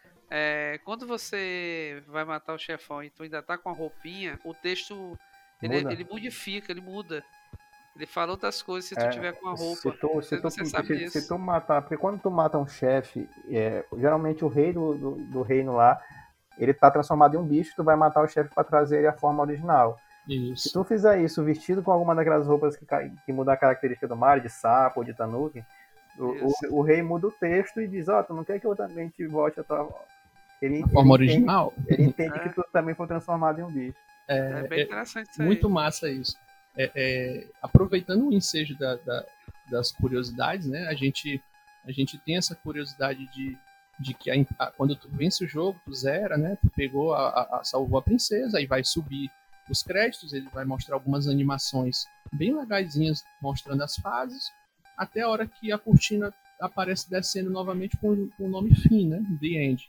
É, quando você vai matar o chefão e tu ainda tá com a roupinha, o texto ele, Muda. ele modifica, ele muda. Ele fala outras coisas se tu É, tiver com a Se roupa. tu, Não se sei se tu, você se, sabe se disso. tu matar, porque quando tu mata um chefe, é, geralmente o rei do, do, do reino lá, ele tá transformado em um bicho, tu vai matar o chefe pra trazer ele à forma original. Se Isso. tu fizer isso vestido com alguma daquelas roupas que, ca- que muda a característica do Mario, de sapo ou de tanuki, o, Isso. o, o rei muda o texto e diz, ó, tu não quer que eu também te volte a tua... Ele, A forma ele entende, original. ele entende É. que tu também foi transformado em um bicho. É, bem é interessante isso aí. Muito massa isso. É, é, aproveitando o ensejo da, da, das curiosidades, né? A gente, a gente tem essa curiosidade de, de que a, a, quando tu vence o jogo, tu zera, né? Tu pegou, a, a, a, salvou a princesa, aí vai subir os créditos, ele vai mostrar algumas animações bem legaisinhas, mostrando as fases, até a hora que a cortina aparece descendo novamente com, com o nome fim, né? The End.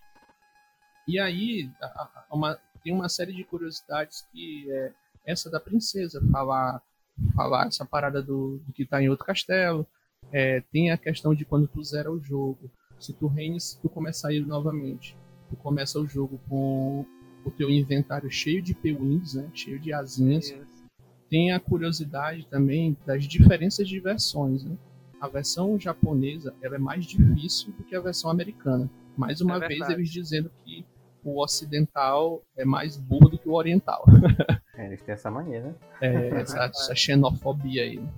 E aí a, a, uma, tem uma série de curiosidades que é essa da princesa, falar, falar essa parada do, do que tá em outro castelo. É, tem a questão de quando tu zera o jogo. Se tu reines, tu começa a ir novamente. Tu começa o jogo com o teu inventário cheio de P-Wings, né? Cheio de asinhas. Isso. Tem a curiosidade também das diferenças de versões, né? A versão japonesa ela é mais difícil do que a versão americana. Mais uma É vez verdade. eles dizendo que o ocidental é mais burro do que o oriental. É, eles têm essa mania, né? É, essa, essa xenofobia aí. Né?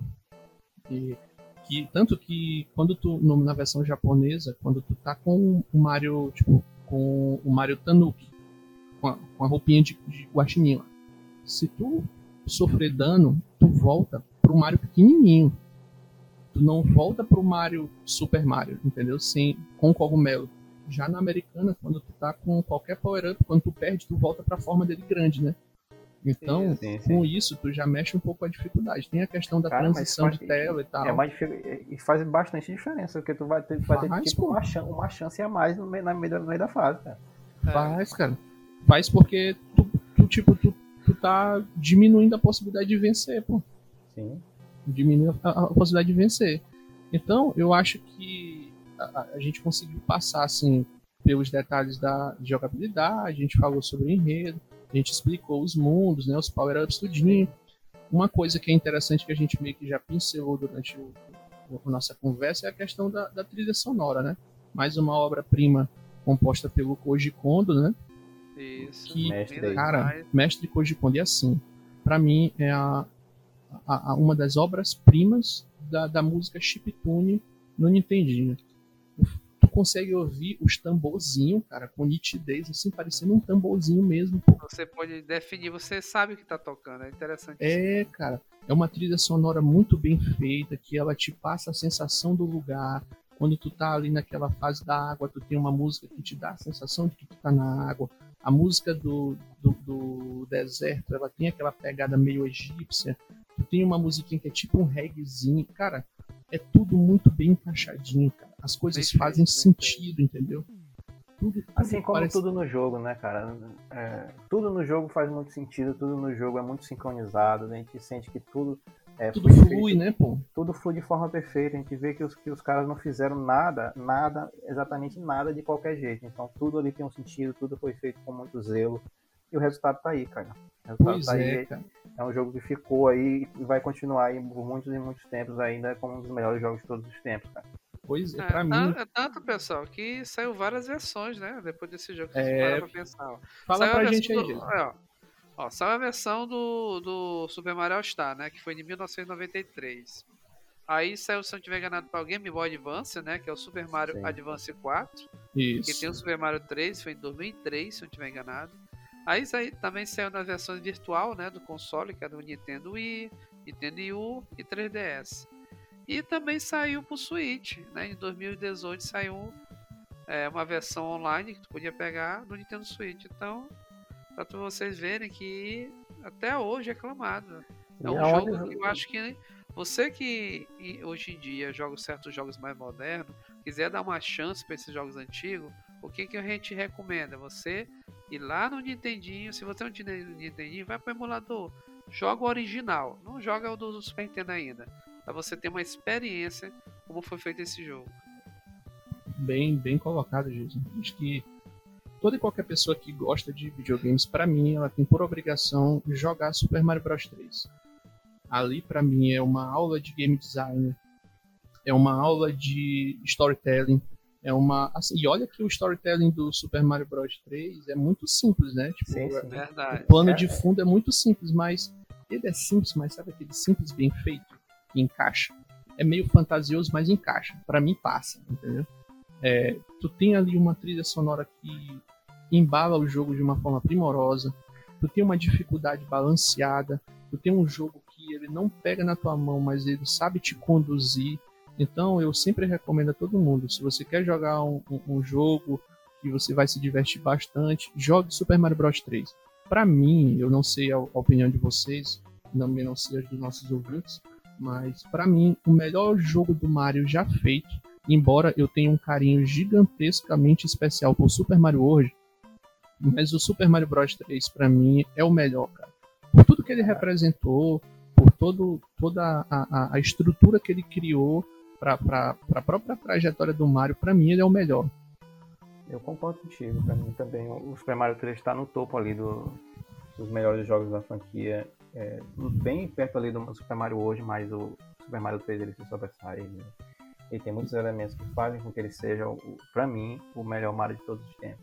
E, que, tanto que quando tu, no, na versão japonesa, quando tu tá com o Mario, tipo, com o Mario Tanuki, com a, com a roupinha de, de guaxinim, se tu sofrer dano, tu volta pro Mario pequenininho. Tu não volta pro Mario Super Mario, entendeu? Sem, com cogumelo. Já na americana, quando tu tá com qualquer power-up, quando tu perde, tu volta pra forma dele grande, né? Então, Sim, sim. com isso, tu já mexe um pouco a dificuldade. Tem a questão da Cara, mas transição faz- de tela e tal. É mais difícil, e faz bastante diferença, porque tu vai ter, vai ter Faz, tipo, pô. uma, chan- uma chance a mais no meio, na meio da, no meio da fase, cara. É. Faz, cara. Faz porque tu, tu tipo, tu, tu tá diminuindo a possibilidade de vencer, pô. Sim. Diminui a, a possibilidade de vencer. Então, eu acho que a, a gente conseguiu passar, assim, pelos detalhes da jogabilidade, a gente falou sobre o enredo, a gente explicou os mundos, né, os power-ups, tudinho. Uma coisa que é interessante que a gente meio que já pincelou durante o, o, a nossa conversa é a questão da, da trilha sonora, né? Mais uma obra-prima composta pelo Koji Kondo, né? Isso. Que, Mestre Lindo aí. cara, demais. mestre Koji Kondo, e assim, pra mim é a, a, a uma das obras-primas da, da música chiptune no Nintendinho. Tu consegue ouvir os tamborzinhos, cara, com nitidez, assim, parecendo um tamborzinho mesmo, pô. Você pode definir, você sabe o que tá tocando, é interessante. isso. É, cara, é uma trilha sonora muito bem feita, que ela te passa a sensação do lugar. Quando tu tá ali naquela fase da água, tu tem uma música que te dá a sensação de que tu tá na água. A música do, do, do deserto, ela tem aquela pegada meio egípcia. Tu tem uma musiquinha que é tipo um reggaezinho. Cara, é tudo muito bem encaixadinho, cara. As coisas Bem feito, fazem bem sentido, entendeu? Tudo, tudo Assim como parece- tudo no jogo, né, cara? É, tudo no jogo faz muito sentido, tudo no jogo é muito sincronizado, a gente sente que tudo é, tudo foi flui, feito, né, pô? tudo flui de forma perfeita, a gente vê que os, que os caras não fizeram nada, nada, exatamente nada de qualquer jeito. Então tudo ali tem um sentido, tudo foi feito com muito zelo. E o resultado tá aí, cara. O resultado Pois tá é, aí. cara. É um jogo que ficou aí e vai continuar aí por muitos e muitos tempos ainda como um dos melhores jogos de todos os tempos, cara. Pois é, É, pra tan- mim. é tanto, pessoal, que saiu várias versões, né? Depois desse jogo, se É, você parar pra pensar. ó. Fala Saiu a pra versão gente aí, do- gente. é, ó. Ó, saiu a versão do, do Super Mario All Star, né? Que foi de mil novecentos e noventa e três. Aí saiu, se eu não tiver enganado, para o Game Boy Advance, né? Que é o Super Mario Sim. Advance quatro. Isso. Que tem o Super Mario três, foi em dois mil e três, se eu não tiver enganado. Aí saiu, também saiu na versão virtual, né? Do console, que é do Nintendo Wii, Nintendo Wii U e três D S. E também saiu pro Switch, né? Em dois mil e dezoito saiu é, uma versão online que tu podia pegar no Nintendo Switch. Então, pra tu- vocês verem que até hoje é aclamado. É E um aonde- jogo que eu acho que você que e- hoje em dia joga certos jogos mais modernos, quiser dar uma chance para esses jogos antigos, o que, que a gente recomenda? Você ir lá no Nintendinho, se você não tem Nintendinho, vai pro emulador, joga o original, não joga o do Super Nintendo ainda, para você ter uma experiência como foi feito esse jogo. Bem, bem colocado, Jason. Acho que toda e qualquer pessoa que gosta de videogames, pra mim, ela tem por obrigação jogar Super Mario Bros três. Ali, pra mim, é uma aula de game design, é uma aula de storytelling, é uma... Assim, e olha que o storytelling do Super Mario Bros três é muito simples, né? Tipo, Sim, sim. Verdade. o plano É. de fundo é muito simples, mas ele é simples, mas sabe aquele simples bem feito que encaixa? É meio fantasioso, mas encaixa. Pra mim, passa, entendeu? É, tu tem ali uma trilha sonora que embala o jogo de uma forma primorosa, tu tem uma dificuldade balanceada, tu tem um jogo que ele não pega na tua mão, mas ele sabe te conduzir. Então eu sempre recomendo a todo mundo, se você quer jogar um, um, um jogo que você vai se divertir bastante, jogue Super Mario Bros três. Pra mim, eu não sei a, a opinião de vocês, também não sei as dos nossos ouvintes, mas pra mim, o melhor jogo do Mario já feito, embora eu tenha um carinho gigantescamente especial por Super Mario World, mas o Super Mario Bros três pra mim é o melhor, cara. Por tudo que ele representou, por todo, toda a, a, a estrutura que ele criou pra, pra, pra própria trajetória do Mario, pra mim ele é o melhor. Eu concordo contigo, pra mim também. O Super Mario três está no topo ali do, dos melhores jogos da franquia. É, bem perto ali do Super Mario hoje, mas o Super Mario três ele se sobressai. Ele, ele tem muitos elementos que fazem com que ele seja, o, pra mim, o melhor Mario de todos os tempos.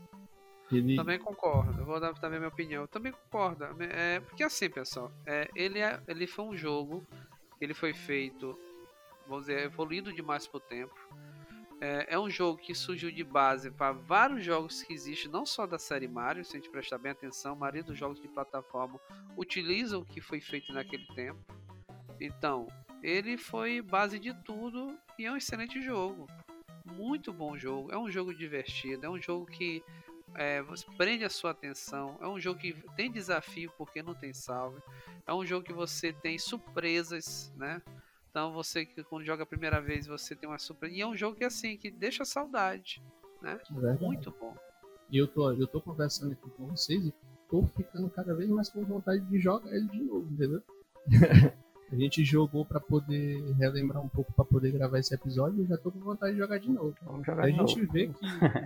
Ele... Também concordo, eu vou dar também a minha opinião. Eu também concordo. É, porque assim, pessoal, é, ele, é, ele foi um jogo, ele foi feito, vamos dizer, evoluído demais pro tempo. É, é um jogo que surgiu de base para vários jogos que existem, não só da série Mario, se a gente prestar bem atenção, a maioria dos jogos de plataforma utilizam o que foi feito naquele tempo. Então, ele foi base de tudo e é um excelente jogo. Muito bom jogo, é um jogo divertido, é um jogo que É, você prende a sua atenção. É um jogo que tem desafio porque não tem salve. É um jogo que você tem surpresas, né? Então você que quando joga a primeira vez você tem uma surpresa. E é um jogo que assim que deixa saudade, né? Verdade. Muito bom. E eu tô, eu tô conversando aqui com vocês e tô ficando cada vez mais com vontade de jogar ele de novo, entendeu? A gente jogou pra poder relembrar um pouco, pra poder gravar esse episódio, e eu já tô com vontade de jogar de novo. Vamos jogar A de gente novo. vê que,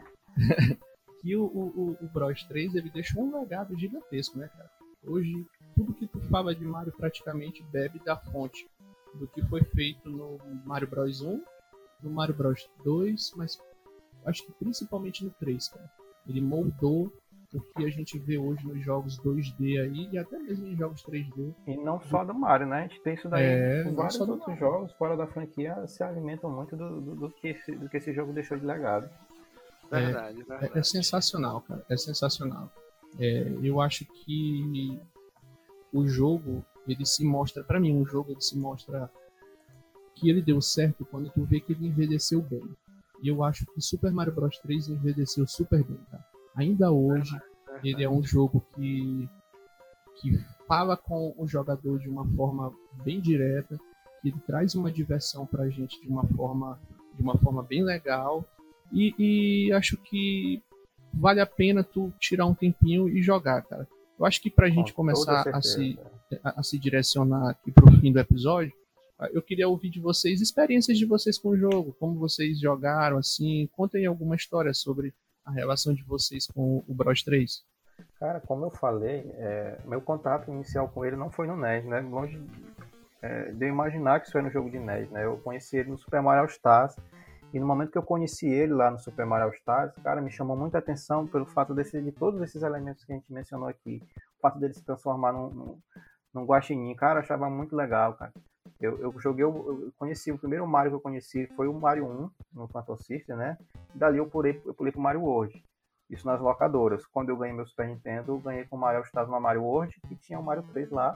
que o, o, o Bros três ele deixou um legado gigantesco, né, cara? Hoje, tudo que tu fala de Mario praticamente bebe da fonte do que foi feito no Mario Bros um, no Mario Bros dois, mas acho que principalmente no três, cara. Ele moldou o que a gente vê hoje nos jogos dois D aí, e até mesmo em jogos três D. E não só do Mario, né? A gente tem isso daí. É, com não vários só do outros Mario. jogos fora da franquia se alimentam muito do, do, do que, esse, do que esse jogo deixou de legado. Verdade, É, verdade. é sensacional, cara. É sensacional. É, eu acho que o jogo, ele se mostra, pra mim, um jogo ele se mostra que ele deu certo quando tu vê que ele envelheceu bem. E eu acho que Super Mario Bros três envelheceu super bem, cara. Ainda hoje, verdade. ele é um jogo que, que fala com o jogador de uma forma bem direta, que ele traz uma diversão pra gente de uma forma, de uma forma bem legal. E, e acho que vale a pena tu tirar um tempinho e jogar, cara. Eu acho que pra gente Com toda começar a se, certeza. a, a se direcionar aqui pro fim do episódio, eu queria ouvir de vocês experiências de vocês com o jogo, como vocês jogaram, assim, contem alguma história sobre a relação de vocês com o Bros três. Cara, como eu falei, é, meu contato inicial com ele não foi no N E S, né? Longe é, de eu imaginar que isso era no jogo de N E S, né? Eu conheci ele no Super Mario All Stars, e no momento que eu conheci ele lá no Super Mario All Stars, cara, me chamou muita atenção pelo fato desse, de todos esses elementos que a gente mencionou aqui. O fato dele se transformar num, num, num guaxinim, cara, eu achava muito legal, cara. Eu, eu joguei, eu conheci, o primeiro Mario que eu conheci foi o Mario um, no Phantom System, né? E dali eu pulei, eu pulei pro Mario World. Isso nas locadoras. Quando eu ganhei meu Super Nintendo, eu ganhei com o Mario All Stars no Mario World, que tinha o Mario três lá.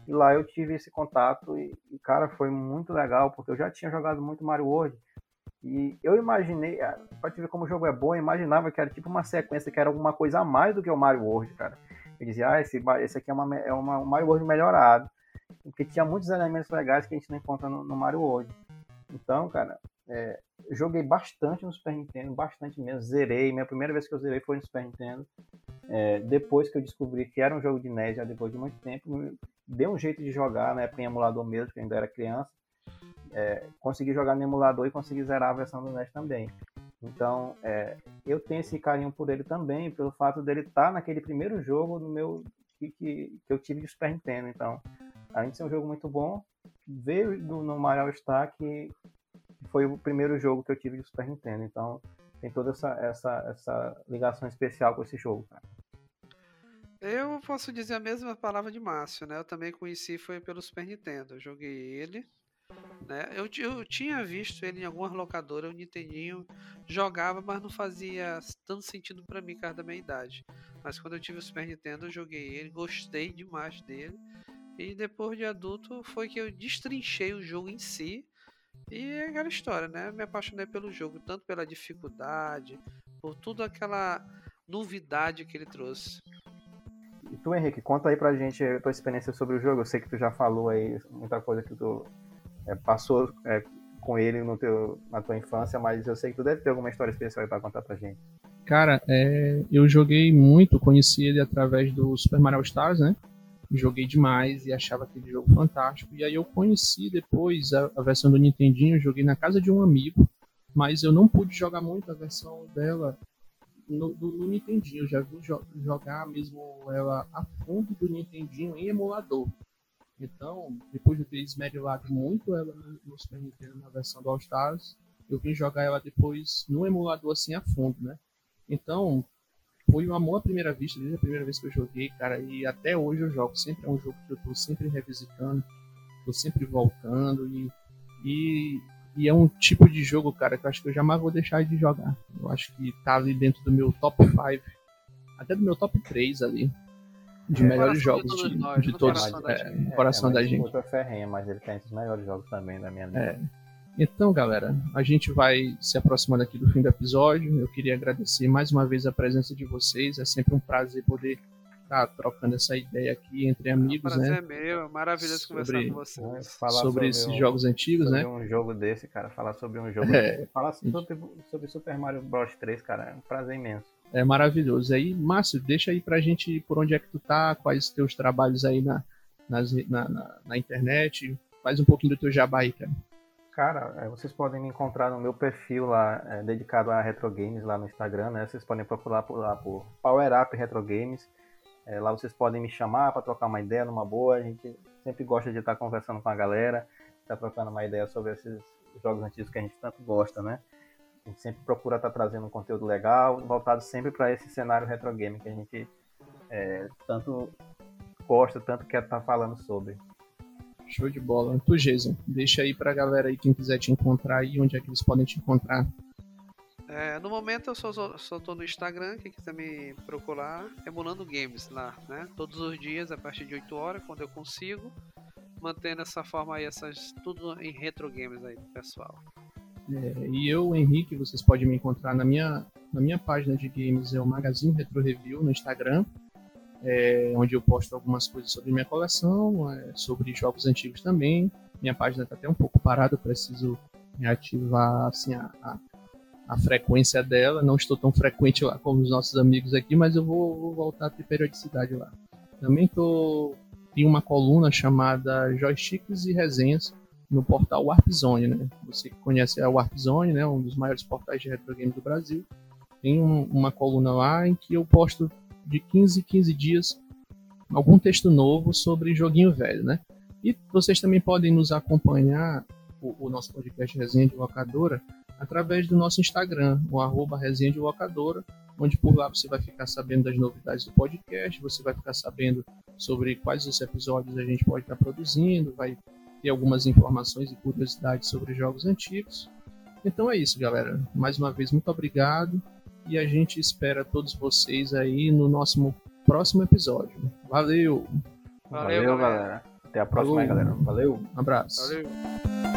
E lá eu tive esse contato e, e, cara, foi muito legal, porque eu já tinha jogado muito Mario World. E eu imaginei, pra te ver como o jogo é bom, eu imaginava que era tipo uma sequência, que era alguma coisa a mais do que o Mario World, cara. Eu dizia, ah, esse, esse aqui é, uma, é uma, um Mario World melhorado. Porque tinha muitos elementos legais que a gente não encontra no, no Mario World. Então, cara, é, eu joguei bastante no Super Nintendo, bastante mesmo. Zerei, minha primeira vez que eu zerei foi no Super Nintendo. É, depois que eu descobri que era um jogo de N E S, já depois de muito tempo, dei um jeito de jogar, na época em emulador mesmo, que eu ainda era criança. É, consegui jogar no emulador e consegui zerar a versão do N E S também. Então, é, eu tenho esse carinho por ele também, pelo fato dele estar naquele primeiro jogo no meu, que, que, que eu tive de Super Nintendo. Então, além de ser um jogo muito bom, veio do, no Mario Star, que foi o primeiro jogo que eu tive de Super Nintendo. Então, tem toda essa, essa, essa ligação especial com esse jogo, cara. Eu posso dizer a mesma palavra de Márcio, né? Eu também conheci, foi pelo Super Nintendo. Eu joguei ele, né? Eu, eu tinha visto ele em algumas locadoras, o Nintendinho jogava, mas não fazia tanto sentido pra mim, por causa da minha idade. Mas quando eu tive o Super Nintendo, eu joguei ele, gostei demais dele. E depois de adulto, foi que eu destrinchei o jogo em si. E é aquela história, né? Me apaixonei pelo jogo, tanto pela dificuldade, por toda aquela novidade que ele trouxe. E tu, Henrique, conta aí pra gente a tua experiência sobre o jogo. Eu sei que tu já falou aí muita coisa que tu é, passou é, com ele no teu, na tua infância, mas eu sei que tu deve ter alguma história especial aí pra contar pra gente. Cara, é, eu joguei muito, conheci ele através do Super Mario Stars, né? Joguei demais e achava aquele jogo fantástico. E aí eu conheci depois a, a versão do Nintendinho, joguei na casa de um amigo, mas eu não pude jogar muito a versão dela no, do, no Nintendinho. Eu já vi jo- jogar mesmo ela a fundo do Nintendinho em emulador. Então, depois de ter esmerilado muito ela no, no Super Nintendo na versão do All Stars, eu vim jogar ela depois no emulador assim a fundo, né? Então, foi um amor à primeira vista, desde a primeira vez que eu joguei, cara, e até hoje eu jogo. Sempre é um jogo que eu tô sempre revisitando, tô sempre voltando, e, e, e é um tipo de jogo, cara, que eu acho que eu jamais vou deixar de jogar. Eu acho que tá ali dentro do meu top cinco, até do meu top três ali, de É, melhores jogos de todos de, nós, de no todos, coração da é, gente. no coração é, da mas gente. Muito ferrenha, mas ele tem esses melhores jogos também da minha vida. É. Então, galera, a gente vai se aproximando aqui do fim do episódio. Eu queria agradecer mais uma vez a presença de vocês. É sempre um prazer poder estar trocando essa ideia aqui entre amigos, O prazer né? é meu, é maravilhoso Sobre- conversar com vocês. Falar Sobre esses um- jogos antigos, sobre né? um jogo desse, cara, falar sobre um jogo É. desse. Falar sobre, sobre Super Mario Bros três, cara, é um prazer imenso. É maravilhoso. Aí, Márcio, deixa aí pra gente por onde é que tu tá, quais os teus trabalhos aí na, nas, na, na, na internet. Faz um pouquinho do teu jabá aí, cara. Cara, é, vocês podem me encontrar no meu perfil lá, é, dedicado a Retro Games lá no Instagram, né? Vocês podem procurar por lá por Power Up Retro Games. É, lá vocês podem me chamar para trocar uma ideia numa boa. A gente sempre gosta de estar conversando com a galera, estar trocando uma ideia sobre esses jogos antigos que a gente tanto gosta, né? A gente sempre procura estar trazendo um conteúdo legal, voltado sempre para esse cenário retro game que a gente é, tanto gosta, tanto quer estar falando sobre. Show de bola. Tu, Jason, deixa aí pra galera aí, quem quiser te encontrar aí, onde é que eles podem te encontrar. É, no momento eu só, só, só tô no Instagram, quem quiser me procurar, Emulando Games lá, né? Todos os dias, a partir de oito horas, quando eu consigo, mantendo essa forma aí, essas, tudo em retro games aí, pessoal. É, e eu, Henrique, vocês podem me encontrar na minha, na minha página de games, é o Magazine Retro Review no Instagram, é, onde eu posto algumas coisas sobre minha coleção, é, sobre jogos antigos também. Minha página está até um pouco parada, eu preciso reativar assim, a, a, a frequência dela. Não estou tão frequente lá como os nossos amigos aqui, mas eu vou, vou voltar a ter periodicidade lá. Também tô, tenho uma coluna chamada Joysticks e Resenhas no portal Warp Zone, né? Você que conhece a Warp Zone, né? Um dos maiores portais de retro games do Brasil. Tem um, uma coluna lá em que eu posto de quinze em quinze dias algum texto novo sobre joguinho velho, né? E vocês também podem nos acompanhar, o, o nosso podcast Resenha de Locadora, através do nosso Instagram, o arroba Resenha de Locadora, onde por lá você vai ficar sabendo das novidades do podcast, você vai ficar sabendo sobre quais os episódios a gente pode estar produzindo, vai ter algumas informações e curiosidades sobre jogos antigos. Então é isso, galera. Mais uma vez, muito obrigado. E a gente espera todos vocês aí no nosso próximo episódio. Valeu! Valeu, Valeu, galera. galera. Até a próxima aí, Falou. galera. Valeu! Um abraço. Valeu.